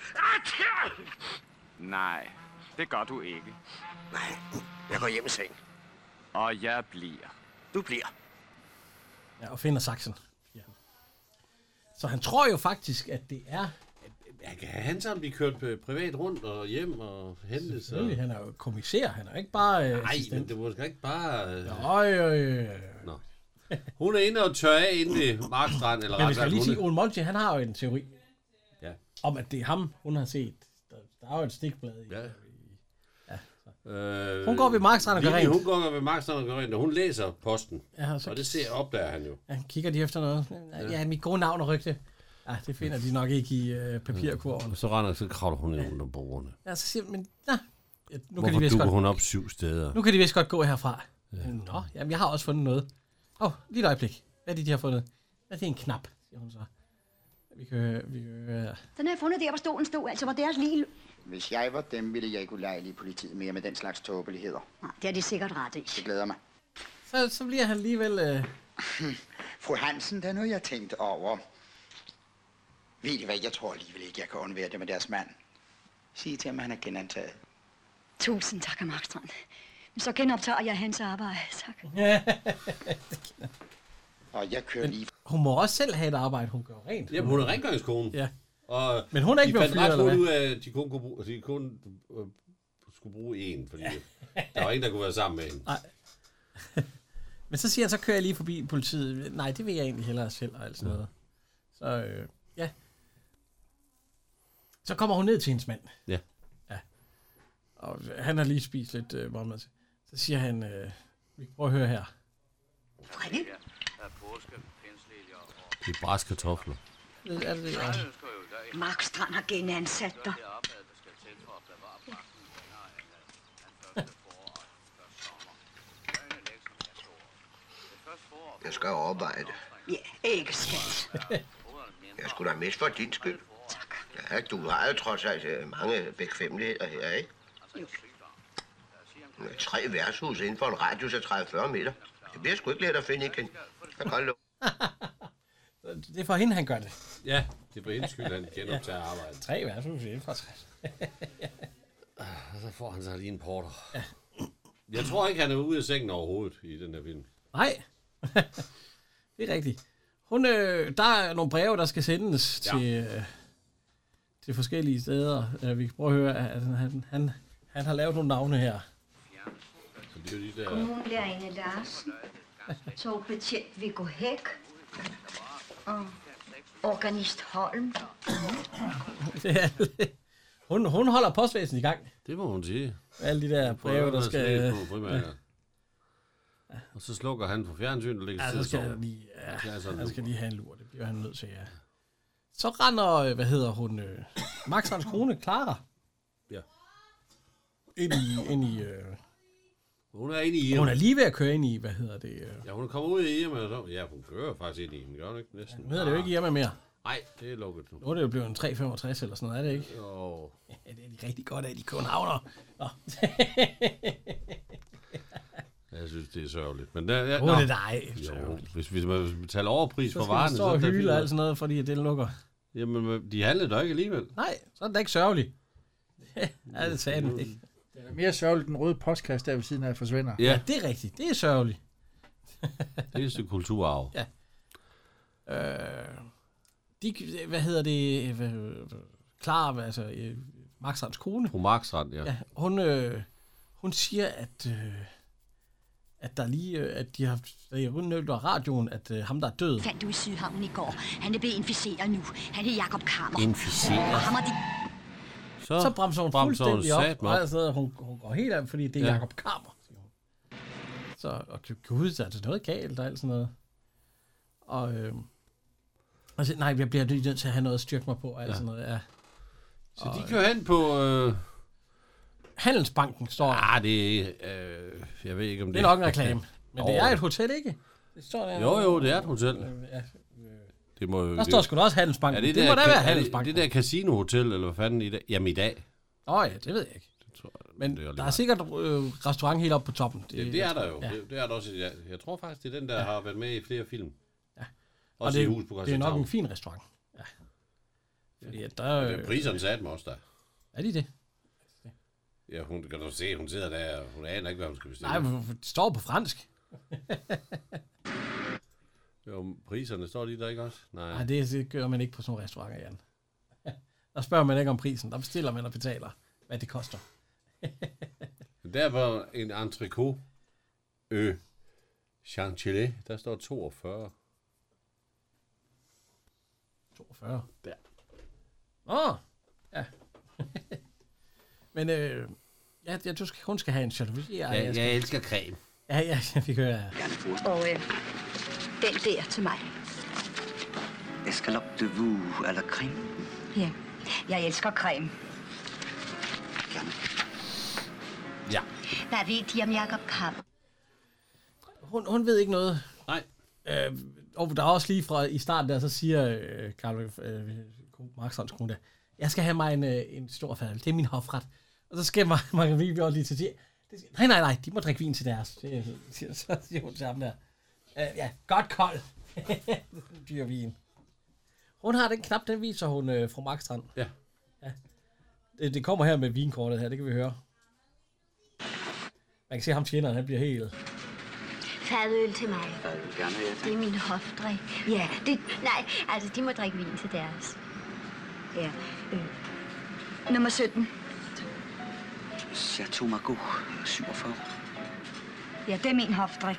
Nej, det gør du ikke. Nej, jeg går hjem i seng. Og jeg bliver. Du bliver. Ja, og finder saksen. Ja. Så han tror jo faktisk, at det er... Kan han så blive kørt privat rundt og hjem og hente sig? Selvfølgelig, han er jo kommissær, han er ikke bare Nej, assistent. men det var sgu ikke bare... Nå. Hun er inde og tør af inde ved Markstrand, eller Men vi ret skal lige sagt, sige, Ole Monti, han har jo en teori. Ja. Om, at det er ham, hun har set. Der er jo et stikblad i. Ja. Hun går ved Markstrand og gør rent. Hun går ved Markstrand og gør rent, og hun læser posten. Ja, så og det opdager han jo. Ja, kigger de efter noget. Ja, mit gode navn og rygte. Ja, det finder de nok ikke i papirkurven. Så kravler hun ind under bordene. Ja, så siger men ja, nu hvorfor kan de vist dukker godt, hun op 7 steder? Nu kan de vist godt gå herfra. Ja. Nå, jamen jeg har også fundet noget. Lige et øjeblik. Hvad er det, de har fundet? Ja, det er en knap, siger hun så. Vi kan Den har jeg fundet der, hvor stolen stod, altså hvor deres lige... Hvis jeg var dem, ville jeg ikke ulejlige politiet mere med den slags tåbeligheder. Nej, det er de sikkert ret i. Det glæder mig. Så bliver han alligevel... Fru Hansen, der er noget, jeg tænkte over. Ved I hvad, jeg tror alligevel ikke, jeg kan undvære det med deres mand. Sig til ham, at han er genantaget. Tusind tak, hr. Markstrand. Men så genoptager jeg hans arbejde, tak. Og jeg kører lige... Hun må også selv have et arbejde, hun gør rent. Jamen, hun er rengøringskone. Ja. Og men hun er ikke blevet fyret, eller hvad? ud af, at de kun skulle bruge en, fordi der var ingen, der kunne være sammen med hende. Nej. Men så siger han, så kører jeg lige forbi politiet. Nej, det vil jeg egentlig hellere selv, og alt sådan noget. Så, ja. Så kommer hun ned til hendes mand. Ja. Ja. Og han har lige spist lidt morgenmad. Så siger han, vi kan prøve at høre her. Freddy? Det er brask kartofler. Er det, ja. Markstrand har genansat dig. Jeg skal overveje det. Ja, ikke skat. Jeg skulle da mest for din skyld. Tak. Ja, du har jo trods alt mange bekvemmeligheder her, ikke? Jo. 3 værtshus inden for en radius af 30-40 meter. Det bliver sgu ikke let at finde igen. Jeg kan lov. Det er for hende, han gør det. Ja, det er for hendes skyld, han genoptager arbejdet. 3 værtshus inden for 60. Og så får han sig lige en porter. Ja. Jeg tror ikke, han er ude af sengen overhovedet i den her film. Nej. Det er rigtigt. Der er nogle breve, der skal sendes til forskellige steder. Vi kan prøve at høre, at han har lavet nogle navne her. Så det er jo de der... Kommunlærerne Larsen, togbetjent Viggo Hæk og Organist Holm. Hun holder postvæsenet i gang. Det må hun sige. Alle de der breve, der skal... Og så slukker han for fjernsynet og lægger så skal han skal lige have en lur. Det bliver han nødt til, ja. Så render, Max hans kone, Clara. Ja. Ind i hun er inde i Irma. Hun er lige ved at køre ind i, Ja, hun er kommet ud i Irma, og så... Ja, hun kører faktisk ind i den, gør hun ikke næsten? Nu hedder det jo ikke Irma mere. Nej, det er lukket nu. Nu er det jo blevet en 365 eller sådan noget, er det ikke? Jo. Ja, det er de rigtig godt af, de københavner. Jeg synes, det er sørgeligt. Men der, det er dig. Hvis vi betaler overpris for varerne... Så skal vi stå og hyle og alt sådan noget, fordi det lukker. Jamen, de handlede da ikke alligevel. Nej, så er det da ikke sørgeligt. Ja, det sagde den ikke. Det er mere sørgeligt, den røde postkasse der ved siden af forsvinder. Ja, det er rigtigt. Det er sørgeligt. Det er et stykke kulturarv. Ja. Clara, altså Max hans kone. Fru Markstrand, ja. Hun siger, at der lige, at de har udnyttet af radioen, at ham, der er død. Fandt du i Sydhavnen i går? Han er blevet inficeret nu. Han er Jakob Kammer. Inficeret? Og ham og Så bremser hun fuldstændig op. Og altså, hun går helt af, fordi det er Jakob Kammer. Og gud, der er noget galt og alt sådan noget. Og så, nej, jeg bliver nødt til at have noget at styrke mig på og alt sådan noget, ja. Så de kører hen på... Handelsbanken står det er... jeg ved ikke, om det... Det er nok en reklame. Men det er et hotel, ikke? Det står der, jo, det er et hotel. Det må jo... Der står sgu da også Handelsbanken. Det må da være Handelsbanken. Det der casino-hotel, eller hvad fanden i dag? Jamen i dag. Ja, det ved jeg ikke. Men der er sikkert restaurant helt oppe på toppen. Det er der jo. Ja. Det er der også. Jeg tror faktisk, det er den, der har været med i flere film. Ja. Også i hus på det er nok en fin restaurant. Ja. Fordi der... Priserne sagde dem også der. Er de det? Ja, hun kan du se, hun sidder der, og hun aner ikke, hvad hun skal bestille. Nej, det står på fransk. Jo, priserne står de der ikke også? Nej, det gør man ikke på sådan nogle restauranter, Jan. Der spørger man ikke om prisen. Der bestiller man og betaler, hvad det koster. Der var en entrecôte Chantilly. Der står 42. 42? Der. Ja. Men hun skal have en Chateaubriand. Jeg elsker creme. Ja, vi kører. Og den der til mig. Escalope de veau eller creme? Ja, jeg elsker creme. Gerne. Ja. Hvad ved de om Jakob Kammer? Hun ved ikke noget. Nej. Og der er også lige fra i starten der, så siger Karl Marksons kone, jeg skal have mig en stor fadøl. Det er min hofret. Og så skal Margrethe også lige til at sige, nej, de må drikke vin til deres. Så siger hun til ham der. Ja, godt kold. Dyr vin. Hun har den knap, den viser hun fra Markstrand. Ja. Det kommer her med vinkortet her, det kan vi høre. Man kan se ham tjeneren, han bliver helt... Fadøl til mig. Fadøl, gerne have det er min hofdrik. Ja, Nej, altså de må drikke vin til deres. Ja. Nummer 17. Chateau Margaux, 47. Ja, det er min hofdrik.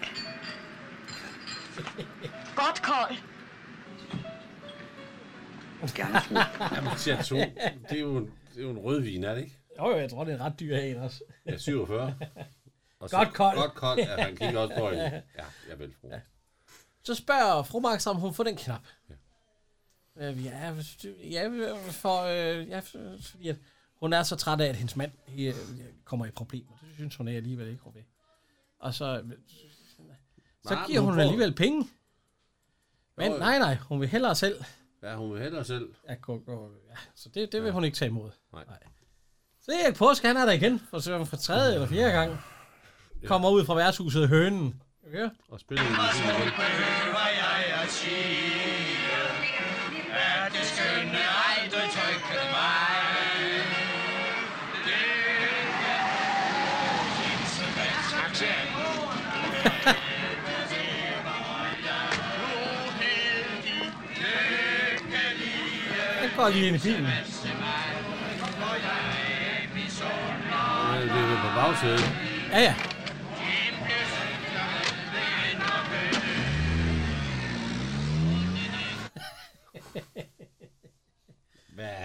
Godt kold. Gerne fru. Jamen, Chateau, det er jo en rødvin, er det ikke? Jo, jeg tror, det er ret dyr en også. Ja, 47. Og godt kold. Godt kold, ja, han kigger også på hende. Ja, jeg vil fru. Ja. Så spørger fru Marx, om hun får den knap. Ja. Fordi at hun er så træt af, at hendes mand kommer i problemer. Det synes hun alligevel ikke, hun vil. Og så giver hun alligevel penge. Men nej, hun vil hellere selv. Ja, hun vil hellere selv. Ja, så det vil hun ikke tage imod. Nej. Så Erik Påske, han er der igen, for tredje eller fjerde gang. Kommer ud fra værtshuset Hønen. Okay. Og spiller en musik. Er det skønne aldrig trykket mig? Jeg går lige ind i bilen. Det er på bagsædet. Ja.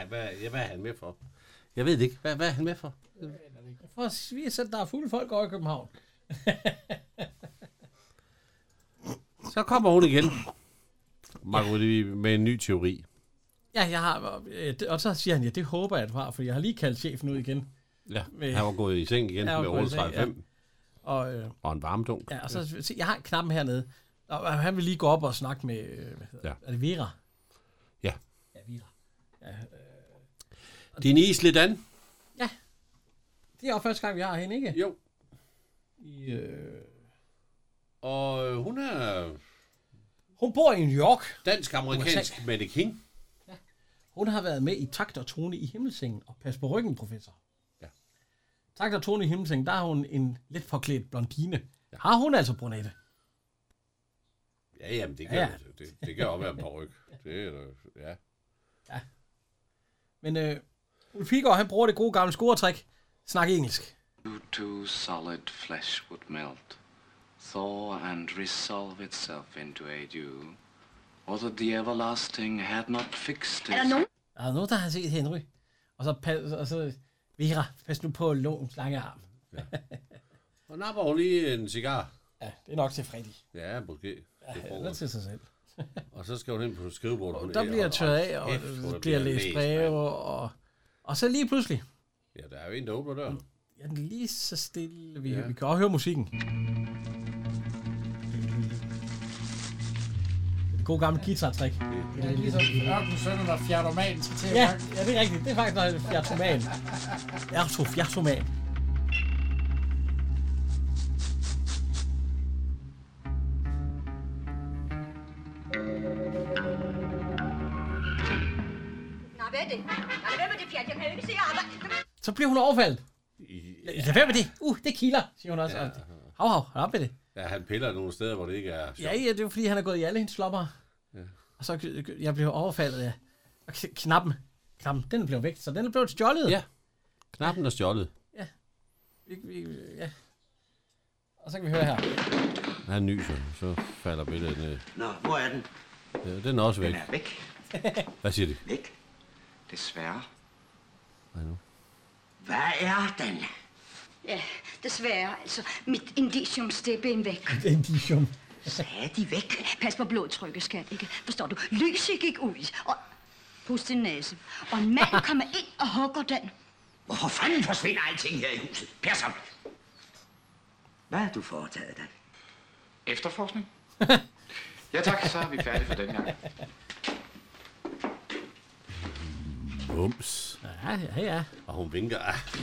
hvad er han med for? Jeg ved det ikke. Hvad er han med for? For at vise, at der er fulde folk over i København. Så kommer hun igen. Margrethe med en ny teori. Ja, jeg har... Og så siger han, ja, det håber jeg, at du har, for jeg har lige kaldt chefen ud igen. Ja, han var gået i seng igen med 835. Ja. Og en varmedunk. Ja, og så se, jeg har knappen hernede. Og han vil lige gå op og snakke med... Er det Vera? Ja. Ja, Vera. Ja, Denise Ledan. Ja. Det er jo første gang, vi har hende, ikke? Jo. Og hun er... Hun bor i New York. Dansk-amerikansk Mette King. Ja. Hun har været med i Takt og Tone i Himmelsengen og Pas på ryggen, professor. Ja. Takt og Tone i Himmelsengen, der er hun en lidt forklædt blondine. Ja. Har hun altså brunette? Ja, jamen, det kan det kan også være en paryk. Det er ja. Ja. Men Ulf-Pilgaard, han bruger det gode gamle scoretræk. Snak engelsk. To solid flesh would melt, thaw and resolve itself into a dew, or that the everlasting had not fixed it. Er der nogen, der har set Henry? Og så Vera, pas nu på lovens lange arm. Ja. Og napper hun lige en cigar. Ja, det er nok til Freddy. Ja, måske. Ja, det er til sig selv. Og så skal hun ind på skrivebordet. Der bliver tørret af, og bliver læst breve, og så lige pludselig. Ja, der er jo en, der åbner døren. Ja, den lige så stille. Vi kan også høre musikken. Det gode gamle guitar-trick. Det er ligesom Ørkenens Sønner, når Fjertomanen skal til at ja, det er rigtigt. Det er faktisk noget Fjertoman. Fjertoman. Hvad er det? Nej, hvad med det fjert? Jeg kan jo ikke se arbejde. Så bliver hun overfaldet. Ja, hvad med det? Det kilder, siger hun også. Ja. Hav, op med det. Ja, han piller nogle steder, hvor det ikke er sjovt. Ja, det er jo fordi, han er gået i alle hendes flopper. Ja. Og så jeg blev overfaldet, ja. Og knappen, den blev væk, så den er blevet stjålet. Ja, knappen er stjålet. Ja. Ja. Og så kan vi høre her. Han nyser, så falder billedet ned. Nå, hvor er den? Ja, den er også væk. Den er væk. Hvad siger de? Væk? Desværre. Hvad nu? Hvad er den? Ja, desværre. Altså, mit indicium stepben væk. Indicium. Sagde de væk? Pas på blodtrykket, skat, ikke? Forstår du? Lyset gik ud, og pust din næse. Og en mand kommer ind og hugger den. Hvorfor fanden forsvinder alting her i huset? Persson! Hvad har du foretaget dig? Efterforskning? Ja tak, så er vi færdige for den gang. Bums. Ja. Og hun vinker.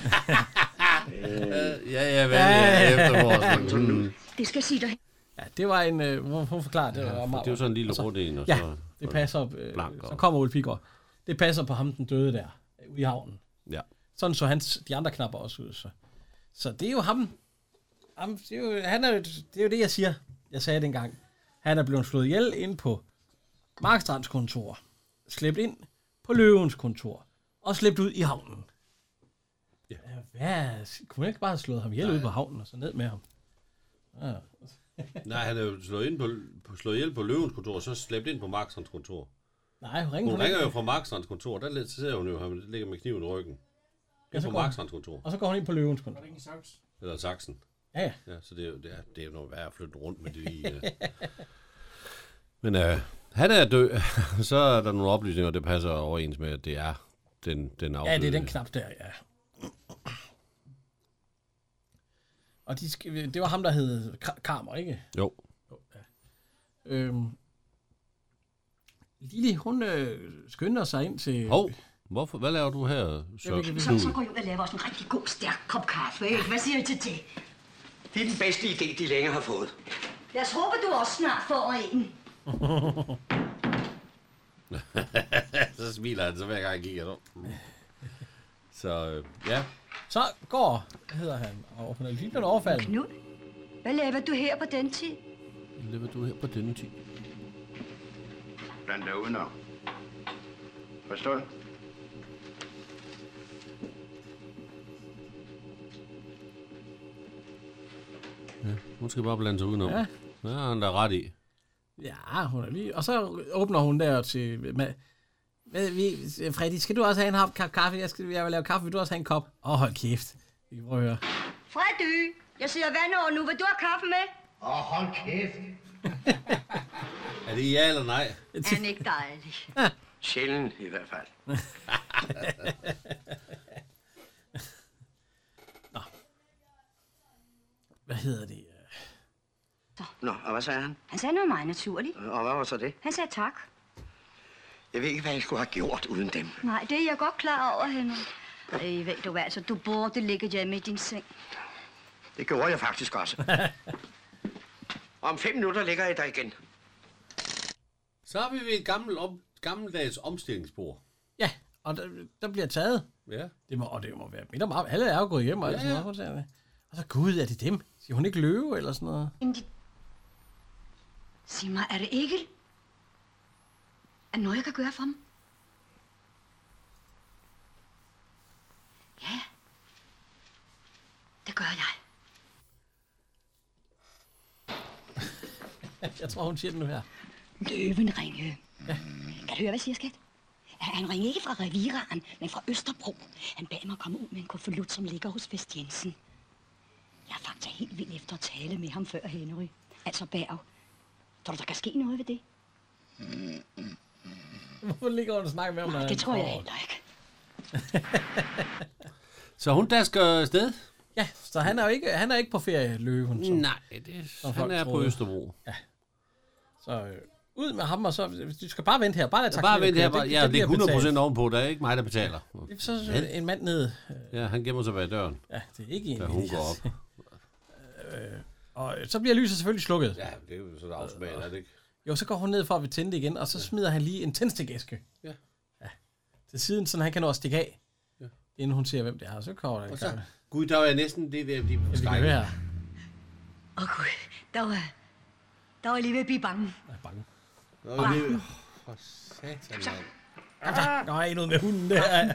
ja, efterforskning. Det skal sige dig. Ja, det var en... Hun forklarede det. Det er jo sådan en lille rundt en. Og ja, så, det passer. Så kommer Ulf-Pilgaard. Det passer på ham, den døde der, ude i havnen. Ja. Sådan så de andre knapper også ud. Så det er jo ham. Det er jo det, jeg siger. Jeg sagde det engang. Han er blevet slået ihjel ind på Markstrands kontor. Slæbt ind på Løvens kontor. Og slæbt ud i havnen. Ja. Kunne man ikke bare have slået ham ihjel ud på havnen og så ned med ham? Ja. Nej, han er jo slået ihjel på Løvens kontor, og så slæbt ind på Markstrands kontor. Nej, hun ringer jo fra Markstrands kontor. Der ser hun jo, han ligger med kniven i ryggen. Ja, på Markstrands kontor. Og så går hun ind på Løvens kontor. Eller Saxen. Ja. Så det er jo noget værd at flytte rundt med det lige. Men han er død. Så er der nogle oplysninger, der passer overens med, at det er den afdøde. Ja, det er den knap der, ja. Og det var ham, der hed Karmer, ikke? Jo. Ja. Lili, hun skynder sig ind til... Hvorfor? Hvad laver du her? Så går jeg ud og laver os en rigtig god, stærk kop kaffe, ikke? Hvad siger I til det? Det er den bedste idé, de længe har fået. Lad os håbe, du også snart får en. Så smiler han, så hver gang jeg kigger nu. Så, ja. Så går, hvad hedder han? Og hun er lige blevet overfaldet. Knud, hvad laver du her på den tid? Hvad laver du her på denne tid? Blandt dig udenom. Forstået? Ja, hun skal bare blande sig udenom. Ja. Ja, han er ret i. Ja, hun er lige... Og så åbner hun der til... Freddy, skal du også have en kop kaffe? Jeg vil lave kaffe, vil du også have en kop? hold kæft. Vi kan prøve at høre. Freddy, jeg sidder vandover nu. Vil du have kaffe med? Hold kæft. Er det ja eller nej? Er han ikke dejlig? Sjældent i hvert fald. Nå. Hvad hedder det? Nå, og hvad sagde han? Han sagde noget meget naturligt. Og hvad var så det? Han sagde tak. Jeg ved ikke, hvad jeg skulle have gjort uden dem. Nej, det er jeg godt klar over, Henrik. Ved du hvad, altså, du burde ligge hjemme i din seng. Det gjorde jeg faktisk også. Om 5 minutter ligger jeg der igen. Så har vi ved et gammeldags omstillingsbord. Ja, og der bliver taget. Ja. Det må være midt om aftenen. Alle er jo gået hjem og alt sådan noget. Og så, gud, er det dem? Siger hun ikke løve eller sådan noget? Sig mig, er det ikke? Er noget, jeg kan gøre for dem? Ja. Det gør jeg. Jeg tror, hun siger det nu her. Løven ringe. Ja. Kan du høre, hvad jeg siger, skat? Han ringer ikke fra Reviraen, men fra Østerbro. Han bad mig komme ud med en konvolut, som ligger hos Vest Jensen. Jeg er faktisk helt vild efter at tale med ham før, Henry. Altså Berg. Tror du, der kan ske noget ved det? Hvorfor ligger hun og snakker med ham? Nej, det tror jeg heller ikke. Så hun der skal afsted? Ja, så han er ikke på ferie, løven. Nej, han er på Østerbro. Ja. Så ud med ham, og så du skal bare vente her. Bare vente her. Ja, det er 100% ovenpå. Der er ikke mig, der betaler. Så en mand ned. Ja, han gemmer sig bag døren. Ja, det er ikke en. Da hun går op. Og så bliver lyset selvfølgelig slukket. Ja, det er jo sådan automat, er det ikke? Jo, så går hun ned for at tænde det igen, og så smider han lige en tændstikæske. Ja. Til siden, så han kan nå at stikke af. Ja. Inden hun ser, hvem det er. Så kommer der. Og så, gud, der var næsten det der, de skrækker. Ja, gud, der var lige ved at blive bange. Jeg er bange. For satan, mand. Der er noget med hunden der.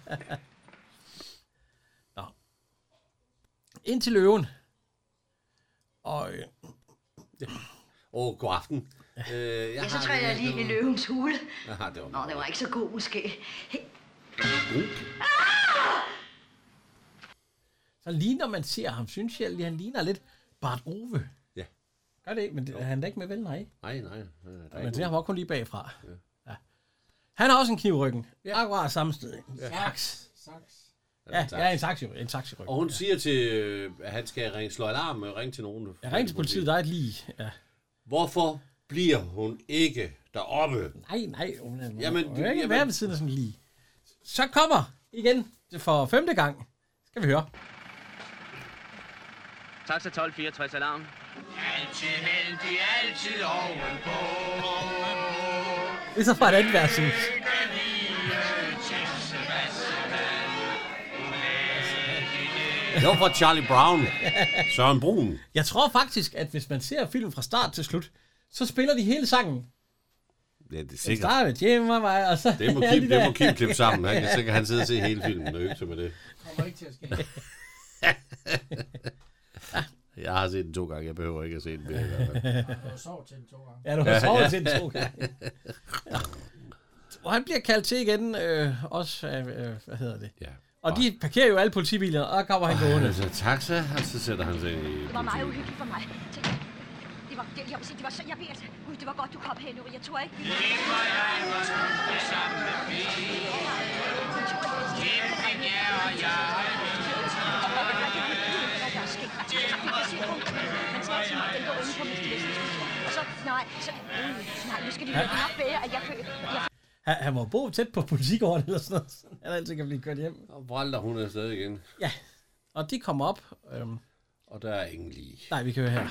Nå. Ind til løven. Og... god aften. Så træder jeg lige i løvens hule. Aha, det var det var ikke så god måske. Så lige når man ser ham, synes jeg, han ligner lidt Bart Ove. Ja. Gør det ikke, men han er ikke med vel, nej. Nej. Men det har han kun lige bagfra. Ja. Han har også en kniv i ryggen. Ja. Akkurat samme sted. Saks. Ja, en saks i ryggen. Og hun siger til, at han skal slå alarm og ringe til nogen. Ja, ring til politiet, der er et lige. Ja. Hvorfor bliver hun ikke deroppe? Nej. Jamen, hun er ikke være ved siden af sådan lige. Så kommer igen for 5. gang. Skal vi høre. Taxa 1264 alarm. Altid heldig, altid ovenpå. Det er så fra et andet værtshus. Det var fra Charlie Brown. Søren Brun. Jeg tror faktisk, at hvis man ser filmen fra start til slut, så spiller de hele sangen. Ja, det er sikkert. Starter med Jim og mig, og så... Det må Kim klippe sammen. Så kan han sidde og se hele filmen og øge sig med det. Det kommer ikke til at ske. Jeg har set den 2 gange. Jeg behøver ikke at se den mere. Du har sovet til den 2 gange. Ja, du har sovet til den 2 gange. Ja. Og han bliver kaldt til igen, også af, hvad hedder det? Ja. Og de parkerer jo alle politibilerne, og der kommer han gående. Så taxa, og så sætter han sig i... Det var meget uhyggeligt for mig. Det var så, jeg ved altså... Gud, det var godt, du kom hen, jeg tror ikke... Han må bo tæt på politigården eller sådan noget. Han altid kan blive kørt hjem. Og vralder hun afsted igen. Ja, og de kommer op. Og der er ingen lige. Nej, vi kan høre her.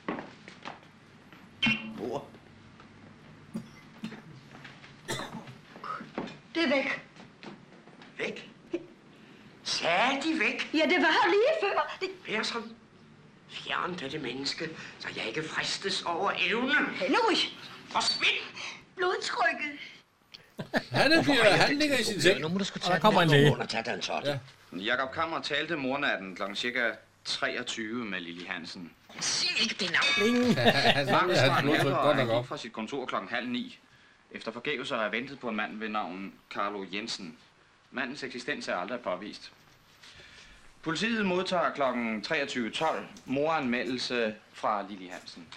Det er væk. Væk? Sagde de væk? Ja, det var her lige før. Persson, fjern dette menneske, så jeg ikke fristes over evnen. Henry! Forsvind! Blodtrykket. Han ligger i sin seng. Nu må du sgu tage der kommer en læge. Ja. Jakob Kammer talte mornatten kl. ca. 23 med Lili Hansen. Sig ikke det navn. Magnus var nede og han gik fra sit kontor kl. 8:30. Efter forgæves har jeg ventet på en mand ved navn Carlo Jensen. Mandens eksistens er aldrig påvist. Politiet modtager kl. 23.12 moranmeldelse fra Lili Hansen.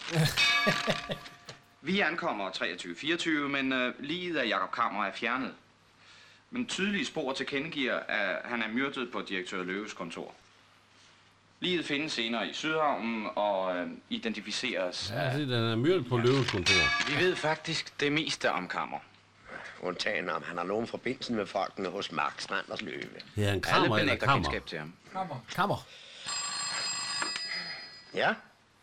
Vi ankommer 23.24, men liget af Jakob Kammer er fjernet. Men tydelige spor tilkendegiver, at han er myrdet på direktør Løves kontor. Liget findes senere i Sydhavnen og identificeres af... Ja, den er myrdet på Løves kontor. Vi ved faktisk det meste om Kammer. Undtagen om han har nogen forbindelse med folkene hos Mark Stranders Løve. Ja, en Kammer eller Kammer? Kendskab til ham. Kammer. Ja.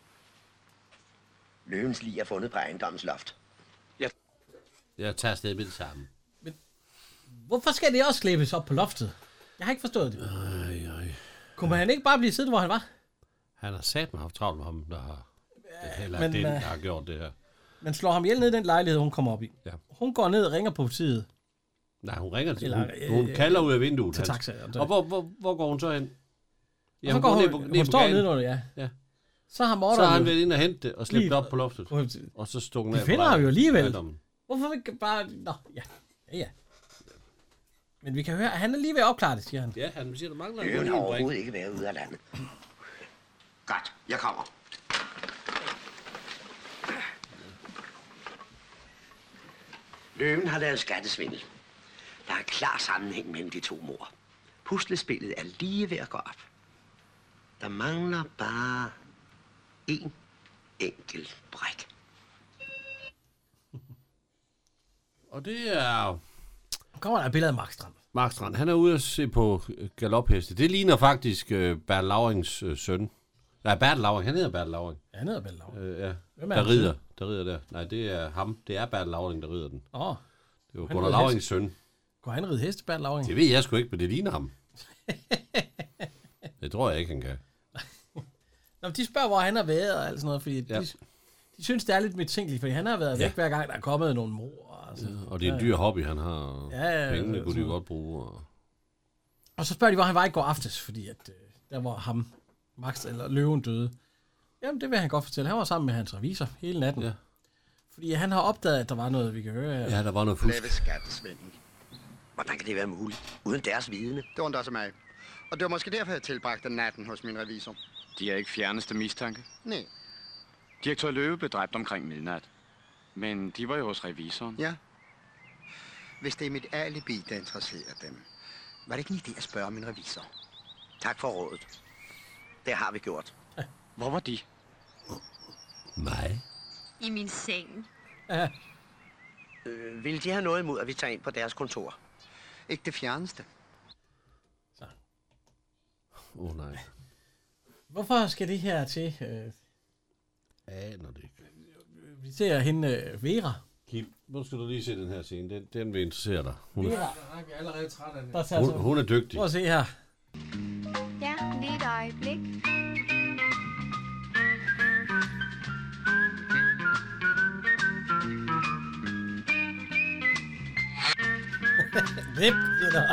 Løvens lig er fundet på ejendommens loft. Jeg tager afsted med det samme. Men hvorfor skal det også slæbes op på loftet? Jeg har ikke forstået det. Kunne han ikke bare blive siddende, hvor han var? Han har satme haft travlt med ham, der har gjort det her. Man slår ham ihjel ned i den lejlighed, hun kommer op i. Ja. Hun går ned og ringer på politiet. Nej, hun ringer til hun kalder ud af vinduet. Til taxa. Og hvor går hun så hen? Ja, så går hun står nedenunder, ja. Så har han været inde og hente det og slæbt det op på loftet. Og så stod hun af. Det finder ham jo alligevel. Hvorfor ikke bare... Nå, ja. Men vi kan høre, at han er lige ved at opklare det, siger han. Ja, han siger, der mangler en Løven har overhovedet ikke været ude af landet. Godt, jeg kommer. Løven har lavet skattesvindel. Der er klar sammenhæng mellem de to mord. Puslespillet er lige ved at gå op. Der mangler bare en enkelt brik. Og det er... Kommer der et billede af Mark Strand. Mark Strand, han er ude at se på galopheste. Det ligner faktisk Bertel Laurings søn. Nej, Bertel Lauring. Han hedder Bertel Lauring. Ja, han hedder Bertel Lauring. Ja. Hvem er der rider der. Nej, det er ham. Det er Bertel Lauring, der rider den. Det var Gunnar Laurings søn. Går han ride heste, Bertel Lauring? Det ved jeg sgu ikke, men det ligner ham. Det tror jeg ikke, han kan. Nå, de spørger, hvor han har været og alt sådan noget, fordi de synes, det er lidt mistænkeligt, fordi han har været væk hver gang, der er kommet nogle mor. Altså. Ja, og det er en dyr hobby, han har. Og pengene kunne de godt bruge. Og så spørger de, hvor han var i går aftes, fordi at, der var ham, Max eller Løven døde. Jamen, det vil han godt fortælle. Han var sammen med hans revisor hele natten. Ja. Fordi han har opdaget, at der var noget, vi kan høre. Ja, der var noget fusk. Lave skattesvindel. Hvordan kan det være muligt? Uden deres vidne. Det undrer sig mig. Og det var måske derfor, jeg tilbragte natten hos min revisor. De er ikke fjerneste mistanke? Nej. Direktør Løve blev dræbt omkring midnat. Men de var jo hos revisoren. Ja. Hvis det er mit alibi, der interesserer dem, var det ikke en idé at spørge min revisor? Tak for rådet. Det har vi gjort. Hvor var de? Mig? I min seng. Vil de have noget imod, at vi tager ind på deres kontor? Ikke det fjerneste. Nej. Hvorfor skal det her til? Aner det ikke. Vi ser hende, Vera. Kim, nu skal du lige se den her scene. Den vil interessere dig. Vera. Vi er allerede trætte af det. Hun er dygtig. Prøv at se her. Ja, lige et øjeblik. Hvem det der?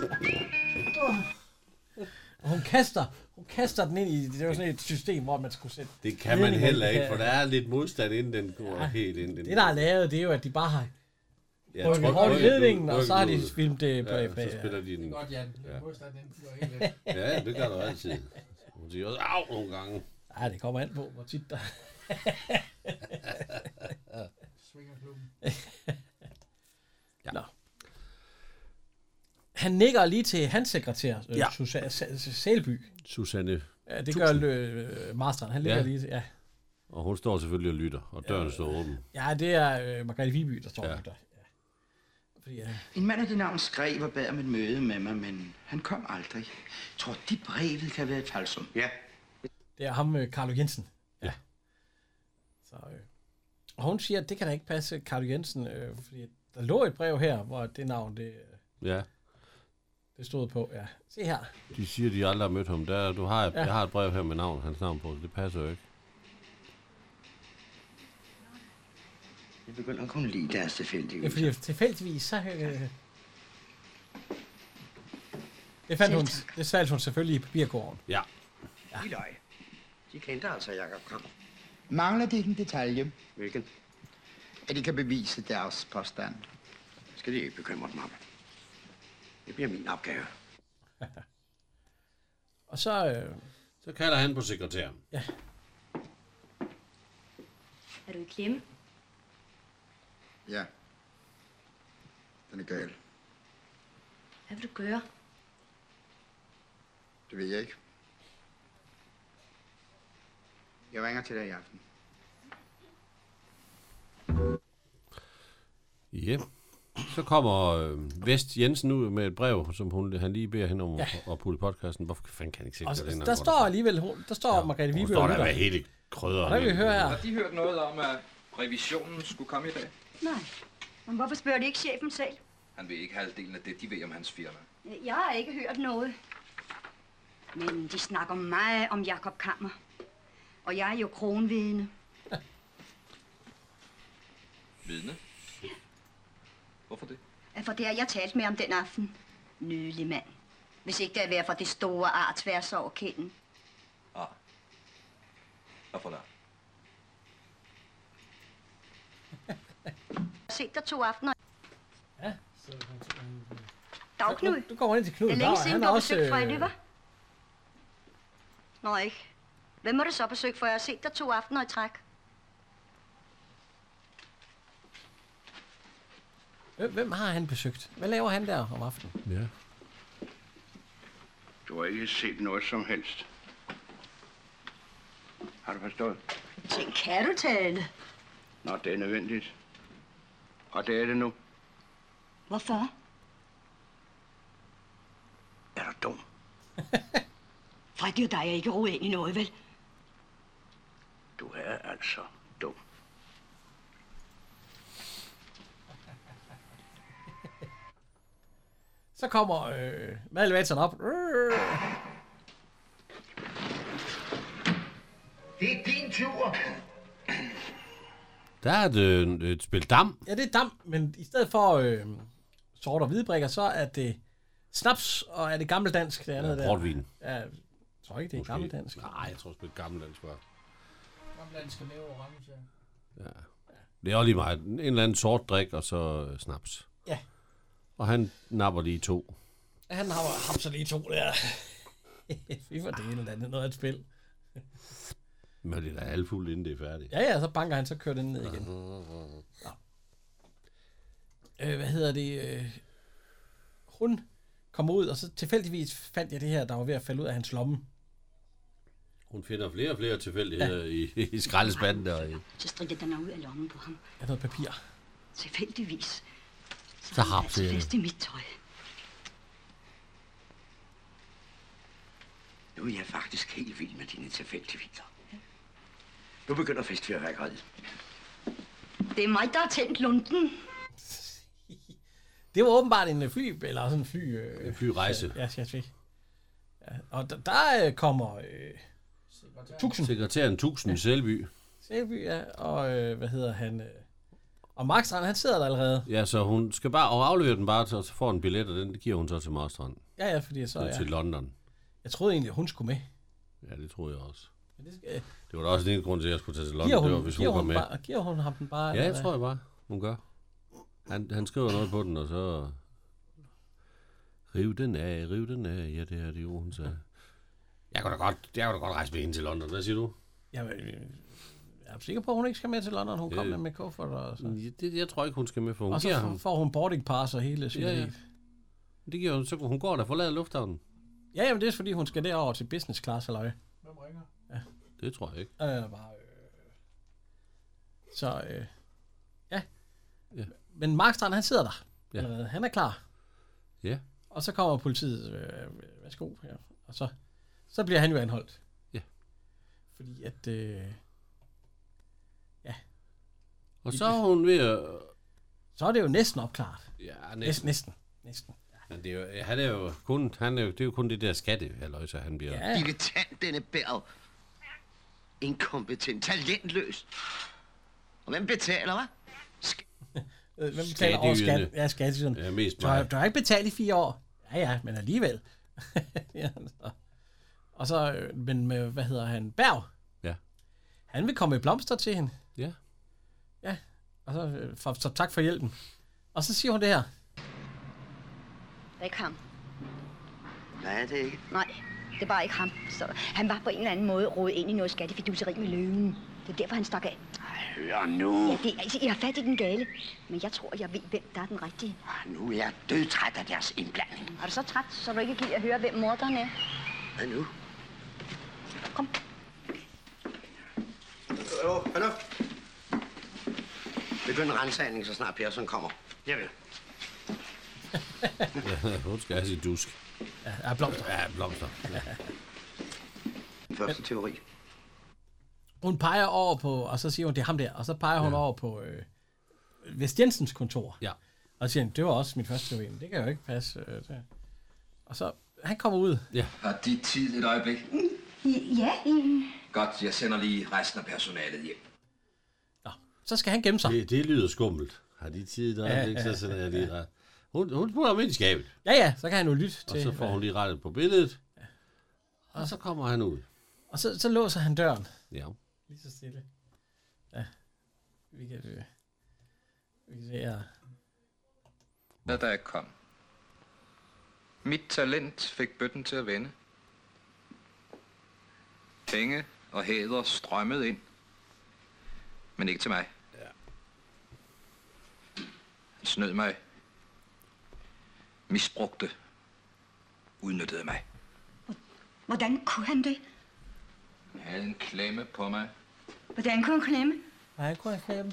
Og hun kaster den ind i, det var sådan et system, hvor man skulle sætte... Det kan man heller ikke, for der er lidt modstand, inden den går helt ind. Det, der er lavet, det er jo, at de bare har rykket hårdt i ledningen, og så har de filmet det bag. Så spiller de den. Det er godt, Jan. Lidt modstand, inden går helt lidt. Ja, det gør du altid. Hun siger også, au, nogle gange. Ja, det kommer an på, hvor tit der... Swingerklubben. Ja. Nå. Han nikker lige til hans sekretær, Sælby. Susanne. Ja, det gør Marstrand. Han ligger lige til, ja. Og hun står selvfølgelig og lytter, og døren står åben. Ja, det er Margrethe Viby, der står og lytter. Ja. Fordi, En mand af det navn skrev og bad om et møde med mig, men han kom aldrig. Jeg tror, de brevet kan være et falsum. Ja. Det er ham, Carlo Jensen. Ja. Så, og hun siger, at det kan da ikke passe, Carlo Jensen, fordi der lå et brev her, hvor det navn, det stod på. Ja. Se her. De siger, de aldrig har mødt ham. Jeg har et brev her med hans navn på. Det passer jo ikke. Jeg begynder at kunne lide deres tilfældigvis. Ja, fordi tilfældigvis, så... Det faldt hun selvfølgelig i papirkurven. Ja. De løg. De kendte altså Jakob Kammer. Mangler det ikke en detalje? Hvilken? at de kan bevise deres påstand. Skal de ikke bekymre dem om. Det bliver min opgave. Og så... Så kalder han på sekretæren. Ja. Er du i klemme? Ja. Den er gal. Hvad vil du gøre? Det ved jeg ikke. Jeg ringer til dig i aften. Ja. Så kommer Vest Jensen ud med et brev, som han lige beder hende om at putte i podcasten. Hvorfor fanden kan han ikke se det? Der står alligevel, der står Margrethe Viby. Der står der med hele krødderen. Der vil vi høre her. Har de hørt noget om, at revisionen skulle komme i dag? Nej. Men hvorfor spørger de ikke chefen selv? Han vil ikke halvdelen af det, de ved om hans firma. Jeg har ikke hørt noget. Men de snakker meget om Jakob Kammer. Og jeg er jo kronvidne. Vidne? Hvorfor det? For det har jeg talt med om den aften. Nydelig mand. Hvis ikke det er været for det store ar tværs over kinden. Ah. Hvorfor der? Set dig 2 aftener. Ja. Dag, Knud. Du går ind til Knud. Det er længe siden, du har besøgt Freddy, hva'? Nå, ikke. Hvem må du så besøge, for jeg har set dig 2 aftener i træk? Hvem har han besøgt? Hvad laver han der om aftenen? Ja. Du har ikke set noget som helst. Har du forstået? Tænk, kan du tale? Nå, det er nødvendigt. Og det er det nu. Hvorfor? Er du dum? Freddy og dig er ikke roet ind i noget, vel? Du er altså dum. Så kommer Malvatsen op. Det er din tur. Der er det et spil dam. Ja, det er dam, men i stedet for sort og hvidbrikker, så er det snaps, og er det gammeldansk, det andet der. Portvin. Ja, jeg tror ikke, det er gammeldansk. Nej, jeg tror det er gammeldansk. Gammeldansk og mere orange. Ja. Det er også lige meget. En eller anden sort drik, og så snaps. Ja. Og han napper lige 2. Han har haft så lige 2 der. Fy for det eller andet, noget af et spil. Men det er da halvfuldt, inden det er færdigt. Ja, så banker han, så kører den ned igen. Hvad hedder det? Hun kommer ud, og så tilfældigvis fandt jeg det her, der var ved at falde ud af hans lomme. Hun finder flere og flere tilfældigheder i skraldespanden der. Så strikker den ud af lommen på ham. Ja, noget papir. Tilfældigvis. Så har altså vi fast i mit tøj. Nu er jeg faktisk helt vild med dine tilfældigheder. Nu begynder festfyrværkeriet. Det er mig, der har tændt lunden. Det var åbenbart en fly, eller sådan en flyrejse. Ja. Og der kommer Tuxen. Sekretæren Tuxen i Selby. Selby, ja. Og hvad hedder han? Og Markstrand, han sidder der allerede. Ja, så hun skal bare aflevere den bare, så får en billet, og den giver hun så til Markstrand. Ja, fordi så til London. Jeg troede egentlig, at hun skulle med. Ja, det troede jeg også. Men det var da også en grund til, at jeg skulle tage til London. Det var, hvis hun kom med. Giver hun ham den bare? Ja, jeg tror jeg bare, hun gør. Han skriver noget på den, og så... Riv den af. Ja, det er det jo, hun sagde. Jeg kunne da godt rejse med hende til London. Hvad siger du? Jeg er sikker på, at hun ikke skal med til London. Hun kommer med kuffert og så. Jeg tror ikke, hun skal med, for hun og giver så ham. får hun boarding pass og hele sin ja. Det giver hun, så hun går der og forlader lufthavnen. Ja, jamen det er fordi, hun skal derover til business class, eller hvad? Hvem ringer? Ja. Det tror jeg ikke. Ja. Men Markstrand, han sidder der. Ja. Han er klar. Ja. Og så kommer politiet. Værsgo. Ja. Og så bliver han jo anholdt. Ja. Fordi at... ja. Og så er hun ved at... Så er det jo næsten opklaret. Ja, næsten. Ja. Men det er jo, det er jo kun det der skattehalløjse, han bliver... Ja. Dilettant, denne bærg. Inkompetent, talentløs. Og hvem betaler, hva'? Hvem betaler over skat? Ja, skatteyderne. Ja, mest du har ikke betalt i 4 år. Ja, men alligevel. Ja, og så, men med, hvad hedder han? Berg. Ja. Han vil komme med blomster til hende. Ja. Ja. Og så tak for hjælpen. Og så siger hun det her. Det er ikke ham. Nej, det er ikke. Nej, det er bare ikke ham. Så han var på en eller anden måde rodet ind i noget skattefiduseri med løven. Det er derfor, han stak af. Hør nu. Ja, det er, altså, jeg har fat i den gale. Men jeg tror, jeg ved, hvem der er den rigtige. Nu er jeg dødtræt af deres indblanding. Er du så træt, så du ikke gider at høre, hvem morderen er? Hvad nu? Kom. Hallo. Begynd rensagning, så snart Persson kommer. Jeg vil. Ja, hun skal have sin dusk. Ja, blomster. Ja, blomster. Ja. Første teori. Hun peger over på, og så siger hun, det er ham der. Og så peger hun over på Vest Jensens kontor. Ja. Og så siger hun, det var også min første teori. Men det kan jo ikke passe. Og så, han kommer ud. Ja. Har de tid et øjeblik? Ja. Godt, jeg sender lige resten af personalet hjem. Så skal han gemme sig. Det lyder skummelt. Har de tid der? Ikke? Så sender jeg lige ret. Hun putter ham ind i skabet. Ja, så kan han jo lytte til. Og så får hun lige rettet på billedet. Ja. Og så kommer han ud. Og så låser han døren. Ja. Lige så stille. Ja. Vi kan se her. Da jeg kom. Mit talent fik bøtten til at vende. Penge og hæder strømmede ind. Men ikke til mig. Ja. Han snød mig. Misbrugte. Udnyttede mig. Hvordan kunne han det? Han havde en klemme på mig. Hvordan kunne han klemme? Hvordan kunne han klemme?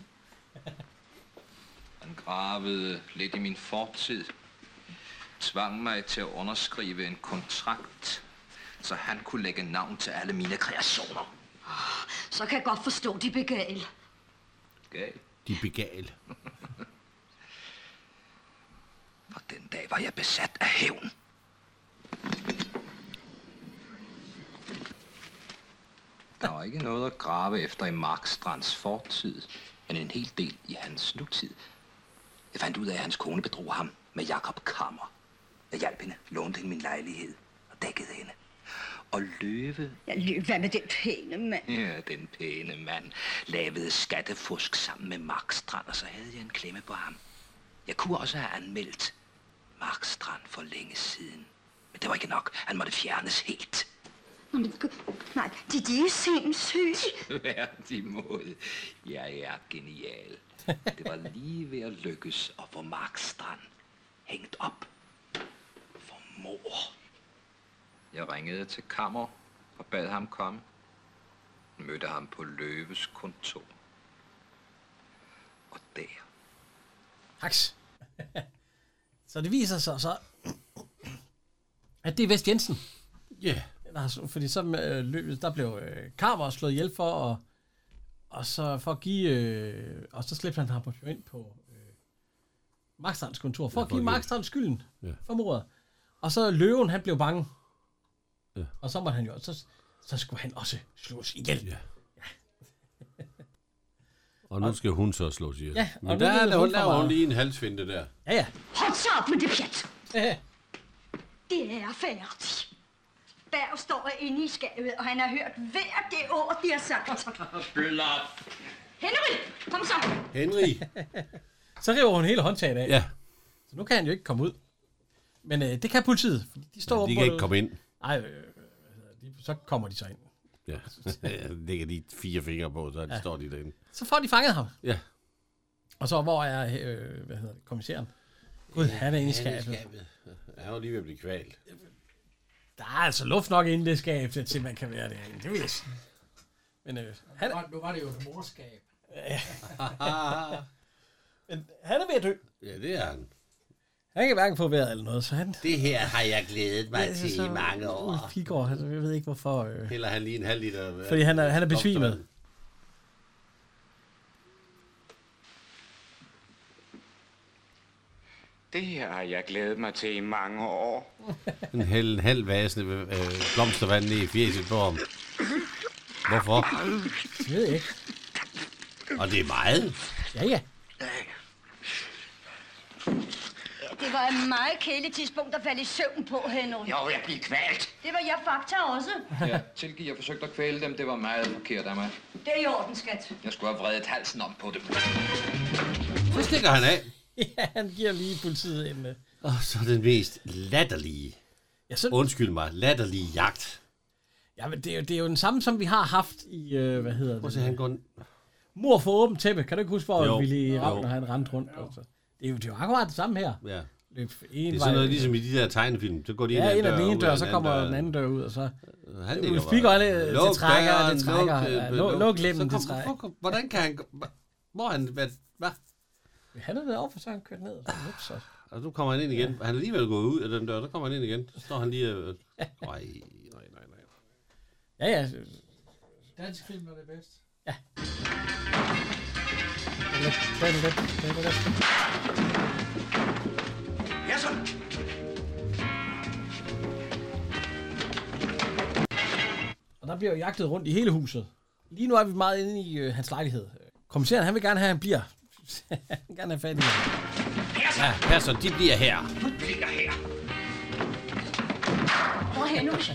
Han gravede lidt i min fortid. Tvang mig til at underskrive en kontrakt, så han kunne lægge navn til alle mine kreationer. Så kan jeg godt forstå, de begale. Gal. De begal. For den dag var jeg besat af hævn. Der var ikke noget at grave efter i Markstrands fortid, men en hel del i hans nutid. Jeg fandt ud af, at hans kone bedrog ham med Jakob Kammer. Jeg hjalp hende, lånte hende min lejlighed og dækkede hende. Og Løve... Ja, Løve, hvad med den pæne mand? Ja, den pæne mand lavede skattefusk sammen med Markstrand, og så havde jeg en klemme på ham. Jeg kunne også have anmeldt Markstrand for længe siden. Men det var ikke nok. Han måtte fjernes helt. Nej, de er sindssyge. Værdig måde. Jeg er genial. Det var lige ved at lykkes at få Markstrand hængt op for mord. Jeg ringede til Kammer og bad ham komme. Mødte ham på Løves kontor. Og der. Haks. Så det viser sig så, at det er Vest Jensen. Ja. Yeah. Fordi så løbet, der blev Kammer slået ihjel for, og så for at give, og så slæbte han ham ind på Markstrands kontor, for at give Markstrand skylden for mordet. Og så Løven, han blev bange. Ja. Og så måtte han jo, så skulle han også slås ihjel. Ja. Og nu skal hun så slås ihjel. Ja, men der laver hun lige en halsfinte der. Ja. Hold så op med det pjat. Det er færdigt. Berg står inde i skabet, og han har hørt hver det ord, de har sagt. Spil op. Henry, kom så. Henry. Så river hun hele håndtaget af. Ja. Så nu kan han jo ikke komme ud. Men det kan politiet. De står de kan ikke komme ind. Nej, så kommer de så ind. Ja, lægger de 4 fingre på, så står de derinde. Så får de fanget ham. Ja. Og så, hvor er, kommissæren? Gud, han er inde i skabet. Han var lige ved at blive kvalt. Der er altså luft nok inde i det skab, til man kan være derinde. Det vil jeg sige. Men nu var det jo et morskab. Men han er ved at dø. Ja, det er han. Han kan hverken få vejret eller noget, så han... Det her har jeg glædet mig til i mange år. Pigård, altså, jeg ved ikke hvorfor... Hælder han lige en halv liter... Fordi han er besvimet. Det her har jeg glædet mig til i mange år. en halv vase blomstervand ned i fjeset på ham. Hvorfor? Jeg ved ikke. Og det er meget. Ja. Det var et meget kedeligt tidspunkt at falde i søvn på, Henry. Jo, jeg bliver kvalt. Det var jeg fakta også. Ja, tilgiv, jeg forsøgte at kvæle dem. Det var meget forkert af mig. Det er i orden, skat. Jeg skulle have vredet halsen om på dem. Så stikker han af. Ja, han giver lige politiet en... Og så den mest latterlige, undskyld mig, latterlige jagt. Ja, men det er jo den samme, som vi har haft i, hvad hedder det? Prøv at se, han går... Mor for åbent tæppe. Kan du ikke huske, hvor Jo. Willy Jo. Ravner, han rendte rundt? Altså. Det er jo akkurat det samme her. Ja. Det er sådan noget ligesom i de der tegnefilm. Så går de ind ad den ene dør, og så kommer den anden dør ud, og så... Han Ulf Pilgaard, det trækker. Luk lemmen, det trækker. Hvordan kan han... Hvor han... Hvad? Han er derovre, for så han kørt ned. Så. Og nu kommer han ind igen. Han er alligevel gået ud af den dør, så kommer han ind igen. Så står han lige... Nej. Ja. Dansk film er det bedste. Ja. Persson! Og der bliver jo jagtet rundt i hele huset. Lige nu er vi meget inde i hans lejlighed. Kommissæren, han vil gerne have, at han bliver. Han vil gerne have fat i ham. Ja, Persson, de bliver her. Du bliver her. Hvor er Henry?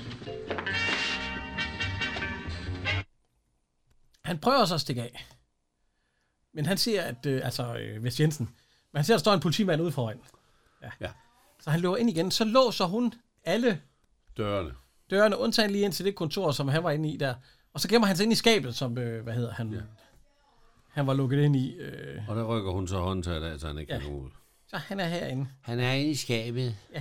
Han prøver så at stikke af. Men han ser, at... Vest Jensen. Men han ser, at der står en politimand ude foran. Ja. Så han løber ind igen. Så låser hun alle dørene, undtagen lige ind til det kontor, som han var inde i der. Og så gemmer han sig ind i skabet, som, han var lukket ind i. Og der rykker hun så håndtaget af, så han ikke kan komme ud. Så han er herinde. Han er inde i skabet. Ja.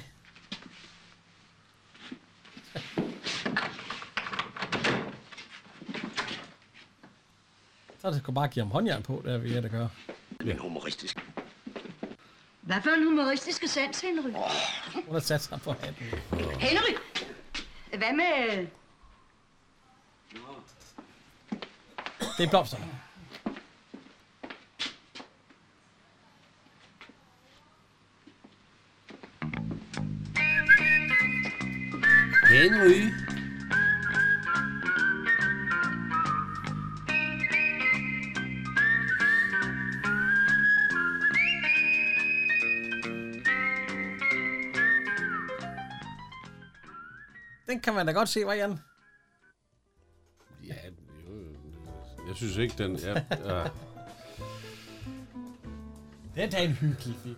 Så er det sgu bare at give ham håndjern på, det er vi at gøre. Det er humoristisk. Hvad for en humoristisk sans, Henry? Hun har sat sig på hatten. Henry! Hvad med... Det er blomsterne. Henry. Den kan man da godt se, hva' Jan? Ja, jeg synes ikke, den... Ja. Det er en hyggelig film.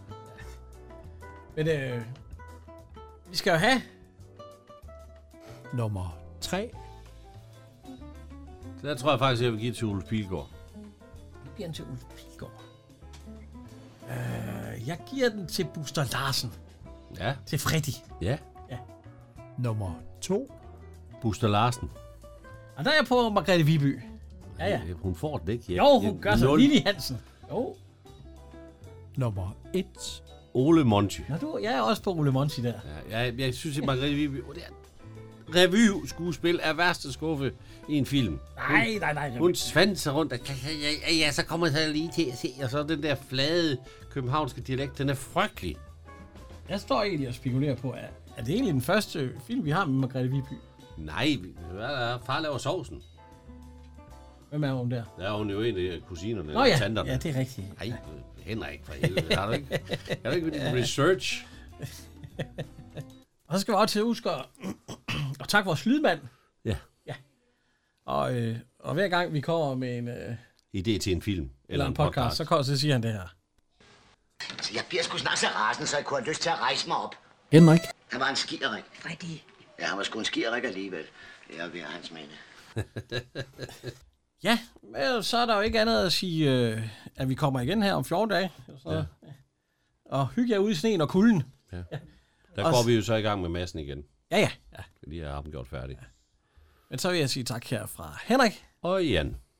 Men vi skal jo have... Nummer 3. Så der tror jeg faktisk, jeg vil give til Ulf Pilgaard. Nu giver den til Ulf Pilgaard. Jeg giver den til Buster Larsen. Ja. Til Freddy. Ja. Nummer 2. Buster Larsen. Og der er jeg på Margrethe Viby. Ja. Hun får det ikke. Jo, hun gør så. Lili Hansen. Jo. Nummer 1. Ole Monty. Nå, jeg er også på Ole Monty der. Ja, jeg synes, at Margrethe Viby... Revy-skuespil er værste skuffe i en film. Nej. Hun svandt sig rundt. Ja, så kommer jeg lige til at se. Og så den der flade københavnske dialekt, den er frygtelig. Jeg står egentlig og spekulerer på, er det egentlig den første film, vi har med Margrethe Viby? Nej, far laver sovsen. Hvem er hun der? Der er hun jo en af kusinerne. Nå ja, tanterne. ja, det er rigtigt. Nej, Henrik, for helvede. Har du ikke research? Og så skal vi også til at huske at takke vores lydmand. Ja. Og hver gang vi kommer med en... idé til en film. Eller en podcast, så siger han det her. Så jeg bliver sgu snart så rasende, så jeg kunne have lyst til at rejse mig op. Henrik. Han var en skirik. Freddy. Ja, han var sgu en skirik alligevel. Det er ved hans minde. Ja, men så er der jo ikke andet at sige, at vi kommer igen her om 14 dage. Så, og hygge jer ude i sneen og kulden. Ja. Der går vi jo så i gang med massen igen. Ja. Lige har ham gjort færdig. Men så vil jeg sige tak her fra Henrik og Jan.